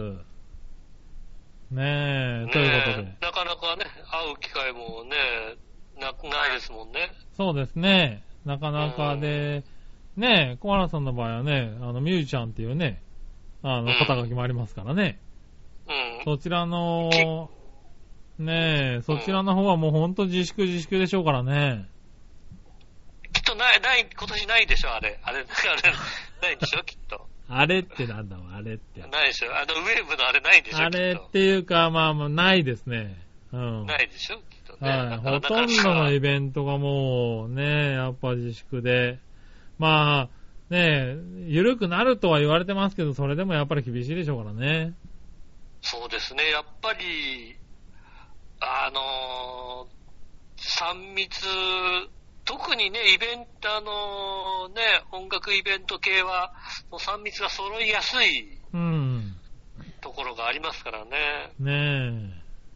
ねえ、ということで。 なかなかね、会う機会もね、ないですもんね。 そうですね。なかなかで、ねえ、小原さんの場合はね、ミュージシャンっていうね、肩書きもありますからね。そちらの、ねえ、そちらの方はもうほんと自粛でしょうからね。 きっとない、今年ないでしょ、あれ、ないでしょ、きっと。 あれってなんだろう、あれって。 ないでしょ、ウェーブのあれないでしょ、 あれっていうか、まあ、ないですね。 ないでしょ、きっとね。 はい。ほとんどのイベントがもう、ね、やっぱ自粛で。まあ、ね、緩くなるとは言われてますけど、それでもやっぱり厳しいでしょうからね。 そうですね、やっぱり、3密、特にね、イベントね、音楽イベント系は、3密が揃いやすい、ところがありますからね。 ね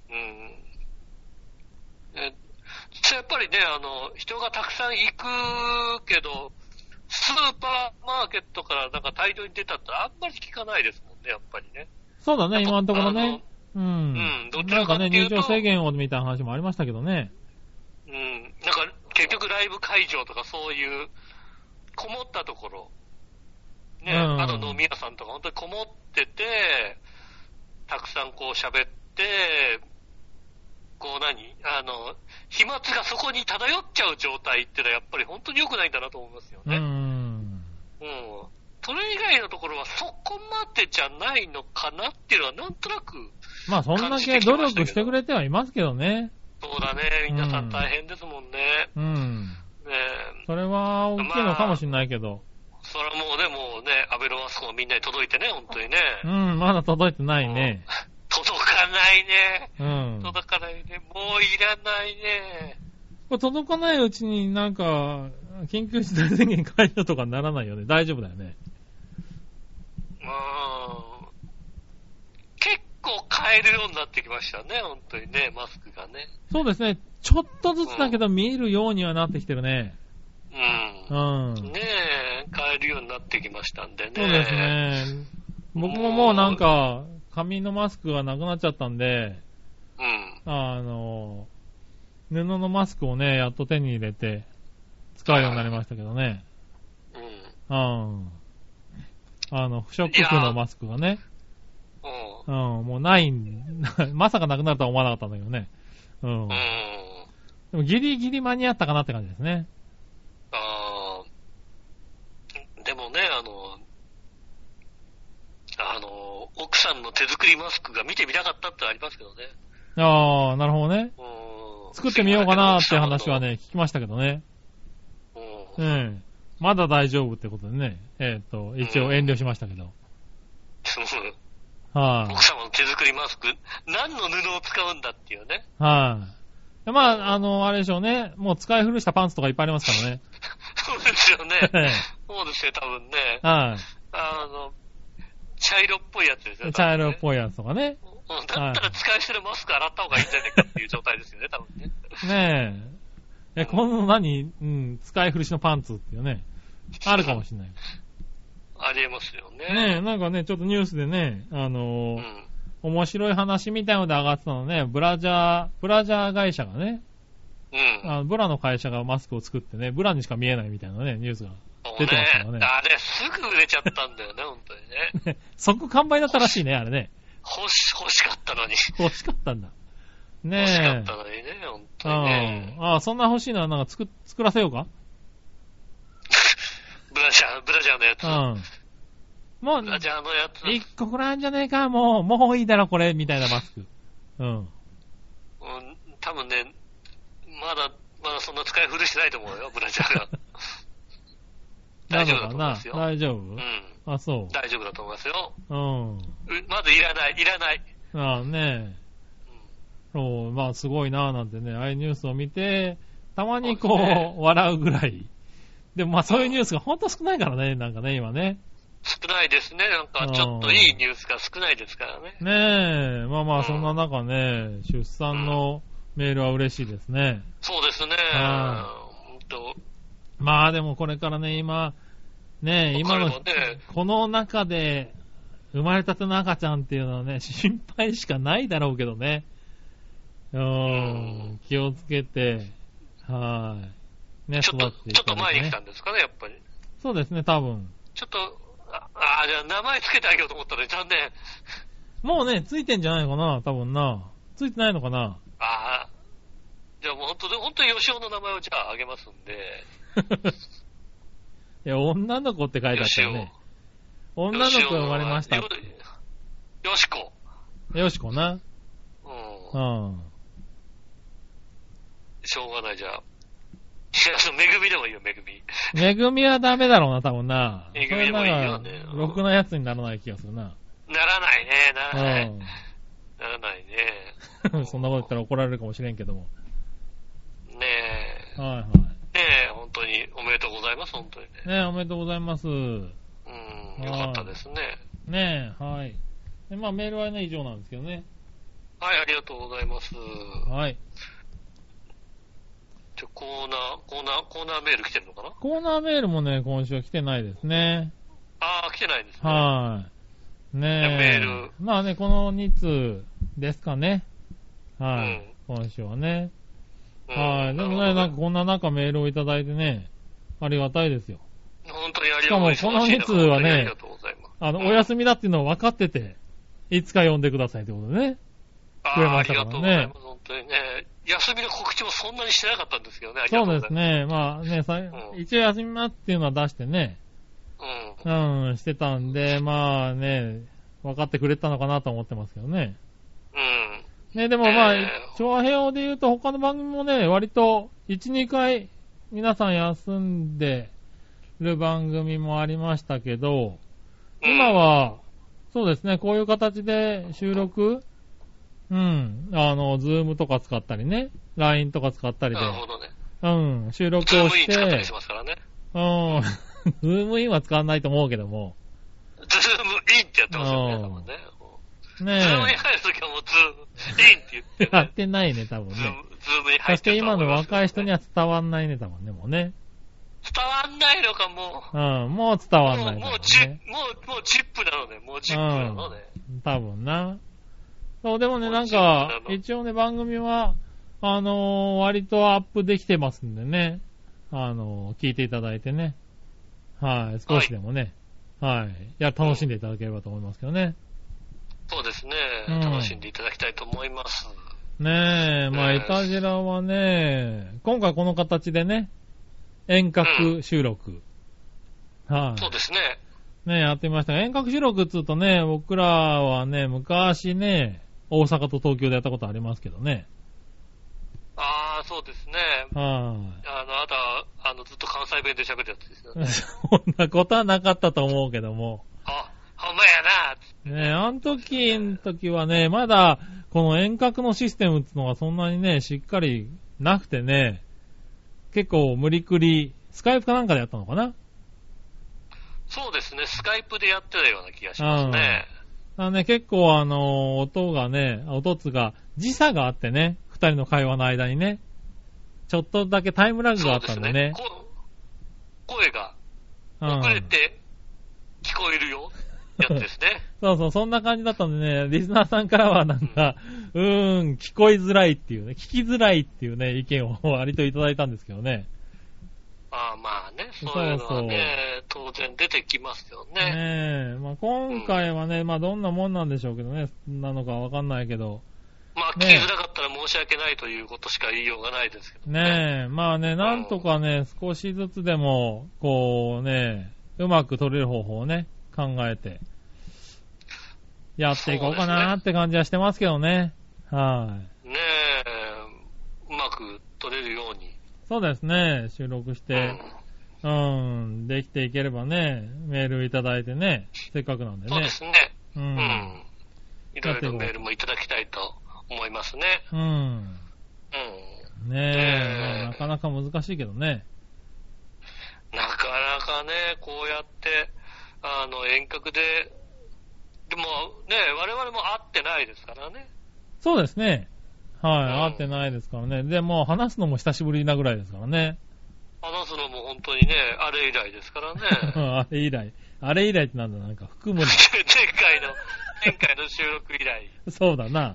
え。やっぱりね、人がたくさん行くけど、スーパーマーケットからなんか大量に出たってあんまり聞かないですもんね、やっぱりね。 そうだね、今のところね。 どちらかっていうと。 なんかね、入場制限をみたいな話もありましたけどね。 なんか結局ライブ会場とかそういう、こもったところ、ね、飲み屋さんとか本当にこもってて、たくさんこう喋って、こう飛沫がそこに漂っちゃう状態ってのはやっぱり本当に良くないんだなと思いますよね。それ以外のところはそこまでじゃないのかなっていうのはなんとなく。 まあそんだけ努力してくれてはいますけどね。 そうだね。皆さん大変ですもんね。 それは大きいのかもしれないけど。 それはもうね、アベノマスクもみんなに届いてね、本当にね。 まだ届いてないね。 届かないね。届かないね。もういらないね。 これ届かないうちになんか、緊急事態宣言解除とかならないよね。大丈夫だよね。 結構買えるようになってきましたね、本当にね、マスクがね。 そうですね。ちょっとずつだけど見えるようにはなってきてるね。 ねえ、買えるようになってきましたんでね。 そうですね。僕ももうなんか、紙のマスクがなくなっちゃったんで、布のマスクをね、やっと手に入れて、使うようになりましたけどね。不織布のマスクがね。もうないまさかなくなるとは思わなかったんだけどね。でもギリギリ間に合ったかなって感じですね。 でもね、奥さんの手作りマスクが見てみたかったってありますけどね。 なるほどね。作ってみようかなって話はね、聞きましたけどね。まだ大丈夫ってことでね。一応遠慮しましたけど。 奥様の手作りマスク、何の布を使うんだっていうね。 まあ、あれでしょうね。もう使い古したパンツとかいっぱいありますからね。 そうですよね。そうですよ、多分ね。茶色っぽいやつですよね。 茶色っぽいやつとかね。 だったら使い捨てのマスク洗った方がいいんじゃないかっていう状態ですよね、多分ね。 ねえ。この使い古しのパンツっていうね。あるかもしれない。 ありえますよね。 ねえ、なんかね、ちょっとニュースでね、面白い話みたいので上がってたのね、ブラジャー会社がね、ブラの会社がマスクを作ってね、ブラにしか見えないみたいなね、ニュースが出てますからね。 あれ、すぐ売れちゃったんだよね、本当にね。 即完売だったらしいね、あれね。 欲しかったのに。 欲しかったんだ。ねえ。 欲しかったのにね、本当にね。 そんな欲しいのはなんか作らせようかブラジャーのやつ。 もう、 ブラジャーのやつ。 一個くらいあるんじゃねえか、もういいだろ、これ、みたいなマスク。 多分ね、まだそんな使い古してないと思うよ、ブラジャーが。大丈夫だと思いますよ。 大丈夫？うん。あ、そう。 大丈夫だと思いますよ。 うん。 まずいらない。 ああね。そう、まあすごいなぁなんてね、ああいうニュースを見て、たまにこう、笑うぐらい。でもまあそういうニュースがほんと少ないからね、なんかね、今ね。 少ないですね。なんかちょっといいニュースが少ないですからね。 ねえ、まあまあそんな中ね、出産のメールは嬉しいですね。 そうですね。 まあでもこれからね、今の、この中で生まれたての赤ちゃんっていうのはね、心配しかないだろうけどね。気をつけて、はい。ね、 ちょっと前に来たんですかね、やっぱり。 そうですね、多分。 ちょっと、じゃあ名前つけてあげようと思ったら残念。 もうね、ついてんじゃないのかな、多分な。ついてないのかな。 じゃあもう本当に吉尾の名前をじゃああげますんで。 いや、女の子って書いてあったよね。女の子が生まれました。よしこ。 よしこな。 しょうがない、じゃあ。めぐみでもいいよ、めぐみ。 めぐみはダメだろうな、多分な。 めぐみでもいいよね。 ろくなやつにならない気がするな。 ならないね、ならない。ならないね。 そんなこと言ったら怒られるかもしれんけども。 ねえ。 はいはい。 ねえ、本当におめでとうございます、本当にね。 ねえ、おめでとうございます。 よかったですね。 ねえ、はい。まあメールはね、以上なんですけどね。 はい、ありがとうございます。 はい。 コーナーメール来てるのかな？ コーナーメールもね、今週は来てないですね。 来てないですね。 はい。ねえ。 メール。 まあね、この2通ですかね。はい。今週はね。はい。でもね、なんかこんな中メールをいただいてね、ありがたいですよ。 本当にありがたいです。 しかもこの2通はね、お休みだっていうのを分かってて、いつか読んでくださいってことでね。くれましたからね。ありがとうございます。 本当にね。休みの告知もそんなにしてなかったんですけどね。 そうですね。まあね、一応休みますっていうのは出してね。してたんで、まあね、分かってくれたのかなと思ってますけどね。ね、でもまあ、調和平和で言うと他の番組もね、割と1、2回皆さん休んでる番組もありましたけど、今は、そうですね、こういう形で収録ズームとか使ったりね、LINE とか使ったりで。 なるほどね。 収録をして。 ズームイン使ったりしますからね。 ズームインは使わないと思うけども。 ズームインってやってますよね、多分ね。 ねえ。 ズームに入るときはもうズームインって言って、ね。 やってないね、多分ね。 ズームに入ってる、 そして今の若い人には伝わんないね、多分ね、もうね。 伝わんないのか、もう。 もう伝わんない、ね。 もうチップなのね、もうチップなのね。 多分な。そう、でもね、なんか、一応ね、番組は、割とアップできてますんでね。聞いていただいてね。はい、少しでもね。はい。楽しんでいただければと思いますけどね。 そうですね。楽しんでいただきたいと思います。 ねえ、まあ、イタジラはね、今回この形でね、遠隔収録。はい。 そうですね。 ね、やってみましたが、遠隔収録っつうとね、僕らはね、昔ね、大阪と東京でやったことありますけどね。 そうですね。 あなた、ずっと関西弁で喋るやつですよね。 そんなことはなかったと思うけども。 ほんまやなね、あの時はね、まだ、この遠隔のシステムってのがそんなにね、しっかりなくてね、結構無理くり、スカイプかなんかでやったのかな？ そうですね、スカイプでやってたような気がしますね。 結構音つが時差があってね、二人の会話の間にね、ちょっとだけタイムラグがあったんでね。 声が遅れて聞こえるよ、やつですね。 そう、そんな感じだったんでね、リスナーさんからはなんか、聞こえづらいっていうね、聞きづらいっていうね、意見を割といただいたんですけどね。 まあね、そういうのはね、当然出てきますよね。 ねえ、まあ今回はね、まあどんなもんなんでしょうけどね、なのかわかんないけど。 まあ聞きづらかったら申し訳ないということしか言いようがないですけどね。 ねえ、まあね、なんとかね、少しずつでも、こうね、うまく取れる方法をね、考えて、やっていこうかなって感じはしてますけどね。はい。 ねえ、 く撮れるように。 そうですね、収録して、できていければね、メールいただいてね、せっかくなんでね。 そうですね。いろいろメールもいただきたいと思いますね。 ねえ、なかなか難しいけどね。 なかなかね、こうやって、遠隔で、でもね、我々も会ってないですからね。 そうですね。はい、会ってないですからね。でも、話すのも久しぶりなぐらいですからね。 話すのも本当にね、あれ以来ですからね。 あれ以来。あれ以来ってなんだ、なんか含むな。 前回の収録以来。 そうだな。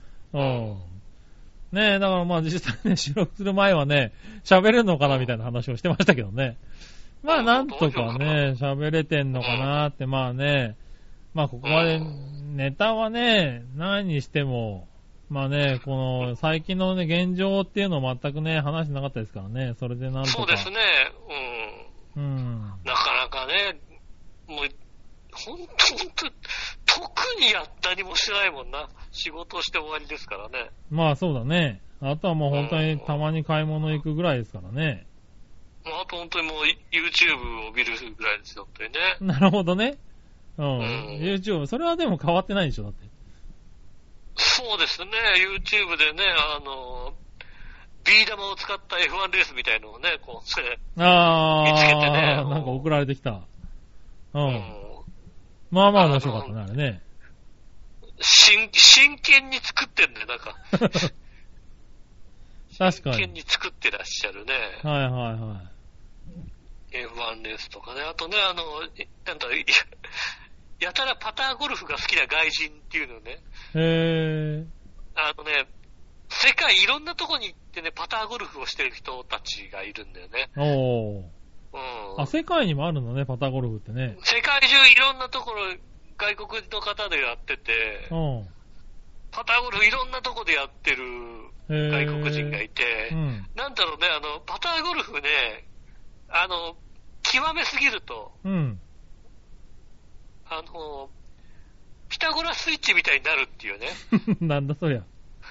ねえ、だからまあ実際ね、収録する前はね、喋れるのかなみたいな話をしてましたけどね。まあなんとかね、喋れてんのかなって、まあね、まあここまでネタはね、何にしても、まあね、この最近のね、現状っていうのを全くね、話してなかったですからね、それでなんとか。 そうですね、なかなかね、もう、ほんと、特に何もしないもんな。仕事して終わりですからね。 まあそうだね。あとはもう本当にたまに買い物行くぐらいですからね。 あと本当にもう YouTube を見るぐらいですよ、本当にね。 なるほどね。YouTube、それはでも変わってないでしょ、だって。 そうですね、YouTube でね、ビー玉を使った F1 レースみたいのをね、こうね、見つけてね。 なんか送られてきた。まあまあ面白かったね、あれね。 真剣に作ってんだよ、なんか。 確かに。 真剣に作ってらっしゃるね。 はいはいはい。 F1 レースとかね。あとね、なんだろう、やたらパターゴルフが好きな外人っていうのね。世界いろんなとこに行ってね、パターゴルフをしてる人たちがいるんだよね。世界にもあるのね、パターゴルフってね。 世界中いろんなところ、外国の方でやってて、パターゴルフいろんなとこでやってる外国人がいて、なんだろうね、パターゴルフね、極めすぎると、ピタゴラスイッチみたいになるっていうね。 なんだそりゃ。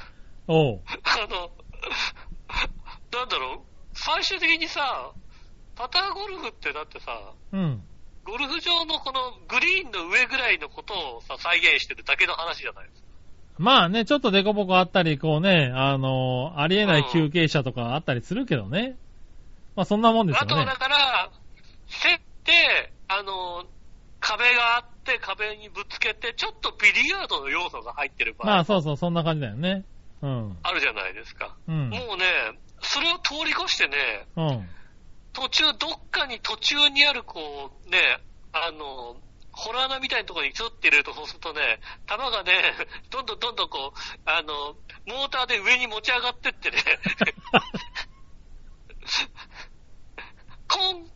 なんだろう、最終的にさ、パターゴルフってだってさ、ゴルフ場のこのグリーンの上ぐらいのことをさ、再現してるだけの話じゃないですか。 まあね、ちょっとデコボコあったり、こうね、ありえない休憩者とかあったりするけどね。まあそんなもんですよね。 あとはだから、競って、壁があって、壁にぶつけて、ちょっとビリヤードの要素が入ってる場合。 まあそうそう、そんな感じだよね。 あるじゃないですか。もうね、それを通り越してね、途中にあるこう、ね、ホラー穴みたいなところにちょっと入れると、そうするとね、球がね、どんどんこう、モーターで上に持ち上がってってね、コン、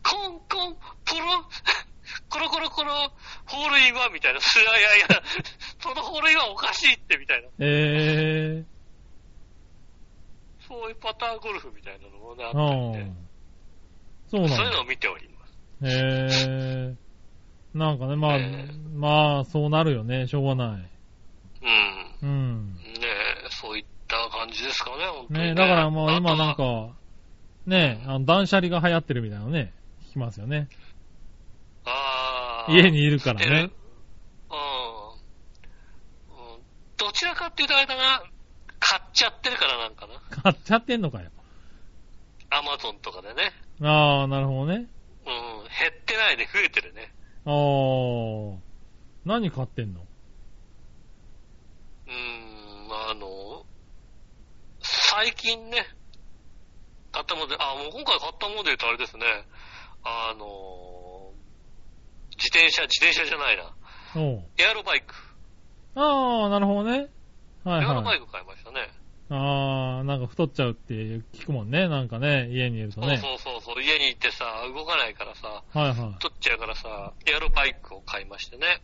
コロホールインワンみたいな。いや、そのホールインワンおかしいってみたいな。そういうパターゴルフみたいなのもね、あったりね。そういうのを見ております。 なんかね、まあ、そうなるよね、しょうがない。 ねえ、そういった感じですかね、本当にね。 だからもう今なんか、ね、断捨離が流行ってるみたいなのね、聞きますよね。家にいるからね。 どちらかっていうとあれだな、買っちゃってるからなんかな。 買っちゃってんのかよ。 アマゾンとかでね。 なるほどね。 減ってないで増えてるね。 何買ってんの？ 最近ね、買ったもので、もう今回買ったもので言うとあれですね、自転車じゃないな。エアロバイク。 なるほどね。 エアロバイク買いましたね。 なんか太っちゃうって聞くもんね、なんかね、家にいるとね。 そう、家に行ってさ、動かないからさ、太っちゃうからさ、エアロバイクを買いましてね。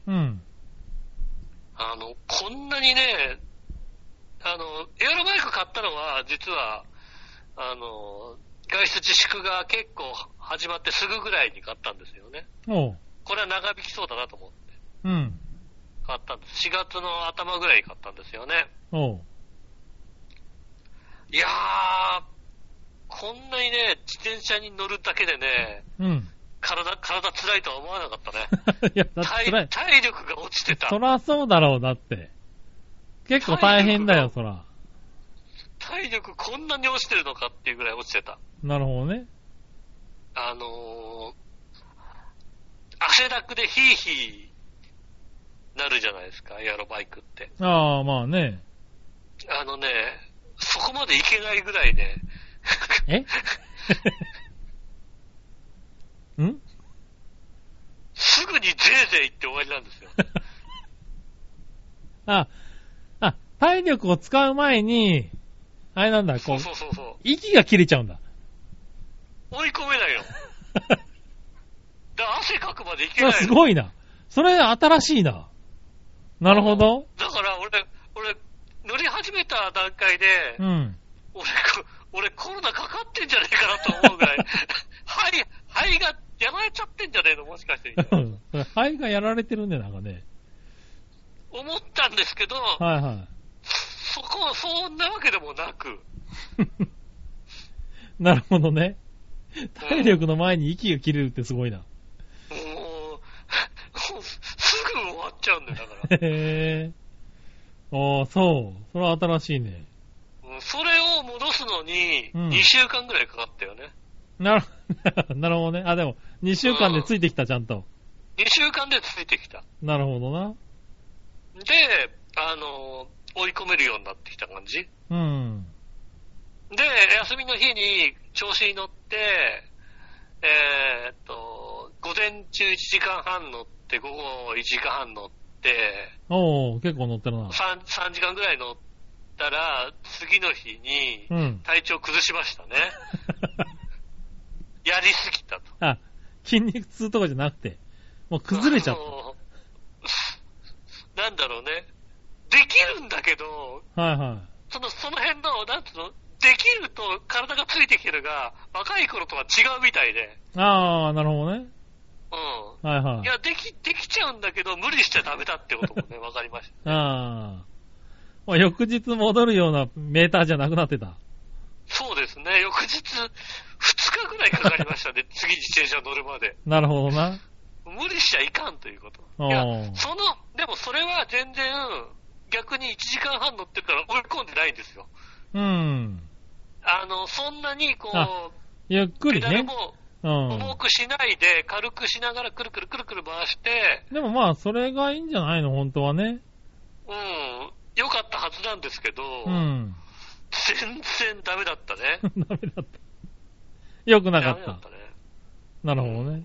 こんなにね、エアロバイク買ったのは、実は、外出自粛が結構始まってすぐぐらいに買ったんですよね。これは長引きそうだなと思って。買ったんです。4月の頭ぐらいに買ったんですよね。いやー、 こんなにね、自転車に乗るだけでね、 うん。 体辛いとは思わなかったね。 いや、だって体力が落ちてた。 そらそうだろう、だって。結構大変だよ、そら。 体力こんなに落ちてるのかっていうぐらい落ちてた。 なるほどね。 汗だくでヒーヒーなるじゃないですか、エアロバイクって。 ああ、まあね。 そこまでいけないぐらいね。 んすぐにゼーゼー言って終わりなんですよ。 体力を使う前に、あれなんだ、こう。 そう。 息が切れちゃうんだ。 追い込めないよ。汗かくまでいけないの。 すごいな。それ新しいな。なるほど。 だから俺、乗り始めた段階で、 うん。 俺コロナかかってんじゃねえかなと思うぐらい、肺がやられちゃってんじゃねえのもしかして。 肺がやられてるんだよ、なんかね。 思ったんですけど、 はいはい。 そんなわけでもなく。 なるほどね。体力の前に息が切れるってすごいな。 すぐ終わっちゃうんだよ、だから。 へぇああ、そう。それは新しいね。 それを戻すのに、2週間ぐらいかかったよね。 なるほどね。あ、でも、2週間でついてきた、ちゃんと。 2週間でついてきた。 なるほどな。 で、追い込めるようになってきた感じ。 うん。 で、休みの日に調子に乗って、午前中1時間半乗って、午後1時間半乗って、 結構乗ってるな。 3時間ぐらい乗ったら、次の日に体調崩しましたね。やりすぎたと。 筋肉痛とかじゃなくて、もう崩れちゃった。 なんだろうね。できるんだけど、 はいはい。 その辺の、できると体がついてきてるが、若い頃とは違うみたいで。 なるほどね。はいはい。 いや、できちゃうんだけど、無理しちゃダメだってこともね、わかりました、 ね。翌日戻るようなメーターじゃなくなってた。 そうですね。翌日、2日ぐらいかかりましたね。次自転車乗るまで。 なるほどな。 無理しちゃいかんということ。いや、でもそれは全然、逆に1時間半乗ってるから追い込んでないんですよ。 うん。 そんなにゆっくりね。 ペダルも重くしないで、軽くしながらくるくる回して。 でもまあ、それがいいんじゃないの、本当はね。 良かったはずなんですけど、全然ダメだったね。 ダメだった。良くなかった。 ダメだったね。 なるほどね。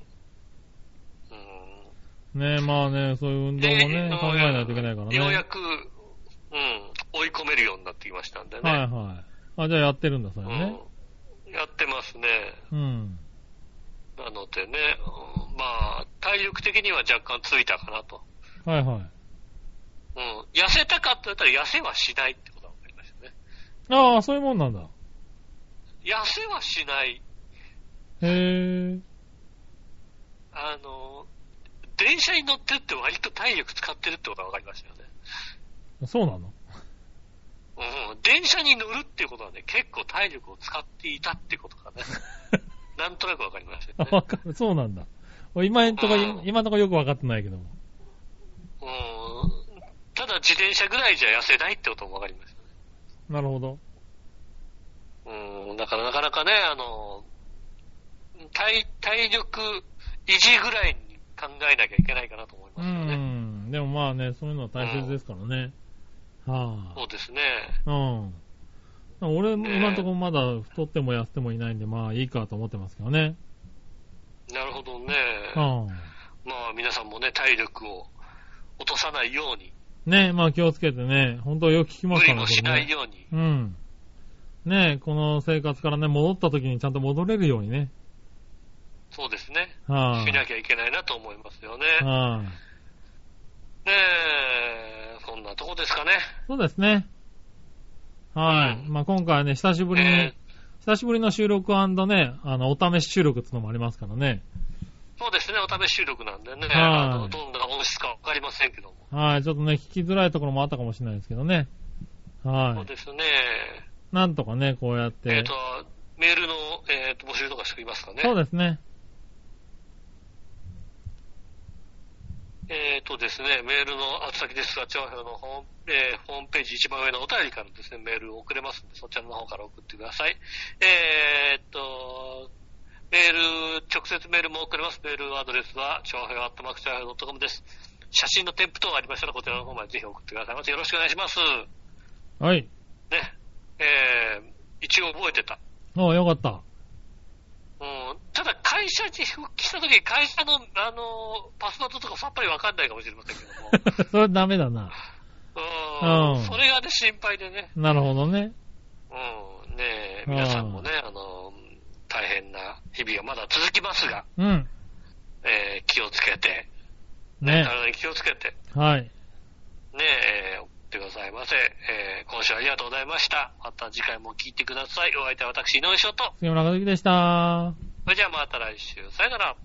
ねまあね、そういう運動もね、考えないといけないからね。 ようやく、追い込めるようになってきましたんでね。 はいはい。じゃあやってるんだ、それね。 やってますね。なのでね、まあ、体力的には若干ついたかなと。 はいはい。 痩せたかって言ったら痩せはしないってことが分かりましたね。 そういうもんなんだ。 痩せはしない。 へぇ電車に乗ってるって割と体力使ってるってことが分かりましたよね。 そうなの？ 電車に乗るっていうことはね、結構体力を使っていたってことがね、なんとなく分かりましたよね。 分かる、そうなんだ。今のところよく分かってないけども。 ただ自転車ぐらいじゃ痩せないってことも分かりましたね。 なるほど。 だからなかなかね、体力維持ぐらいに考えなきゃいけないかなと思いますよね。 でもまあね、そういうのは大切ですからね。 そうですね。 俺、今のところまだ太っても痩せてもいないんで、まあいいかと思ってますけどね。 なるほどね。まあ皆さんもね、体力を落とさないように。 ね、まあ気をつけてね、本当よく聞きますからね。 無理もしないように。 ね、この生活からね、戻った時にちゃんと戻れるようにね。 そうですね。しなきゃいけないなと思いますよね。そんなとこですかね。 そうですね。まあ今回はね、久しぶりの収録&ね、お試し収録っていうのもありますからね。 そうですね、お試し収録なんでね、どんな音質かわかりませんけども。 ちょっとね、聞きづらいところもあったかもしれないですけどね。 そうですね。 なんとかね、こうやって。 メールの、募集とかしていますかね。 そうですね。 ですね、メールの宛先ですが、調和表のホームページ一番上のお便りからですね、メールを送れますので、そちらの方から送ってください。直接メールも送れます。メールアドレスは、調和表@調.com です。写真の添付等ありましたら、こちらの方までぜひ送ってくださいませ。よろしくお願いします。 はい。 ね、一応覚えてた。 よかった。 ただ会社に復帰した時、会社の、パスワードとかさっぱりわかんないかもしれませんけども。 それダメだな。 それがね、心配でね。 なるほどね。 ねえ、皆さんもね、大変な日々がまだ続きますが、気をつけて、 ね。 体に気をつけて、 はい。 ねえ、送ってくださいませ。今週はありがとうございました。また次回も聞いてください。お相手は私、井上翔と。 杉村和樹でした。 それじゃあまた来週。さよなら。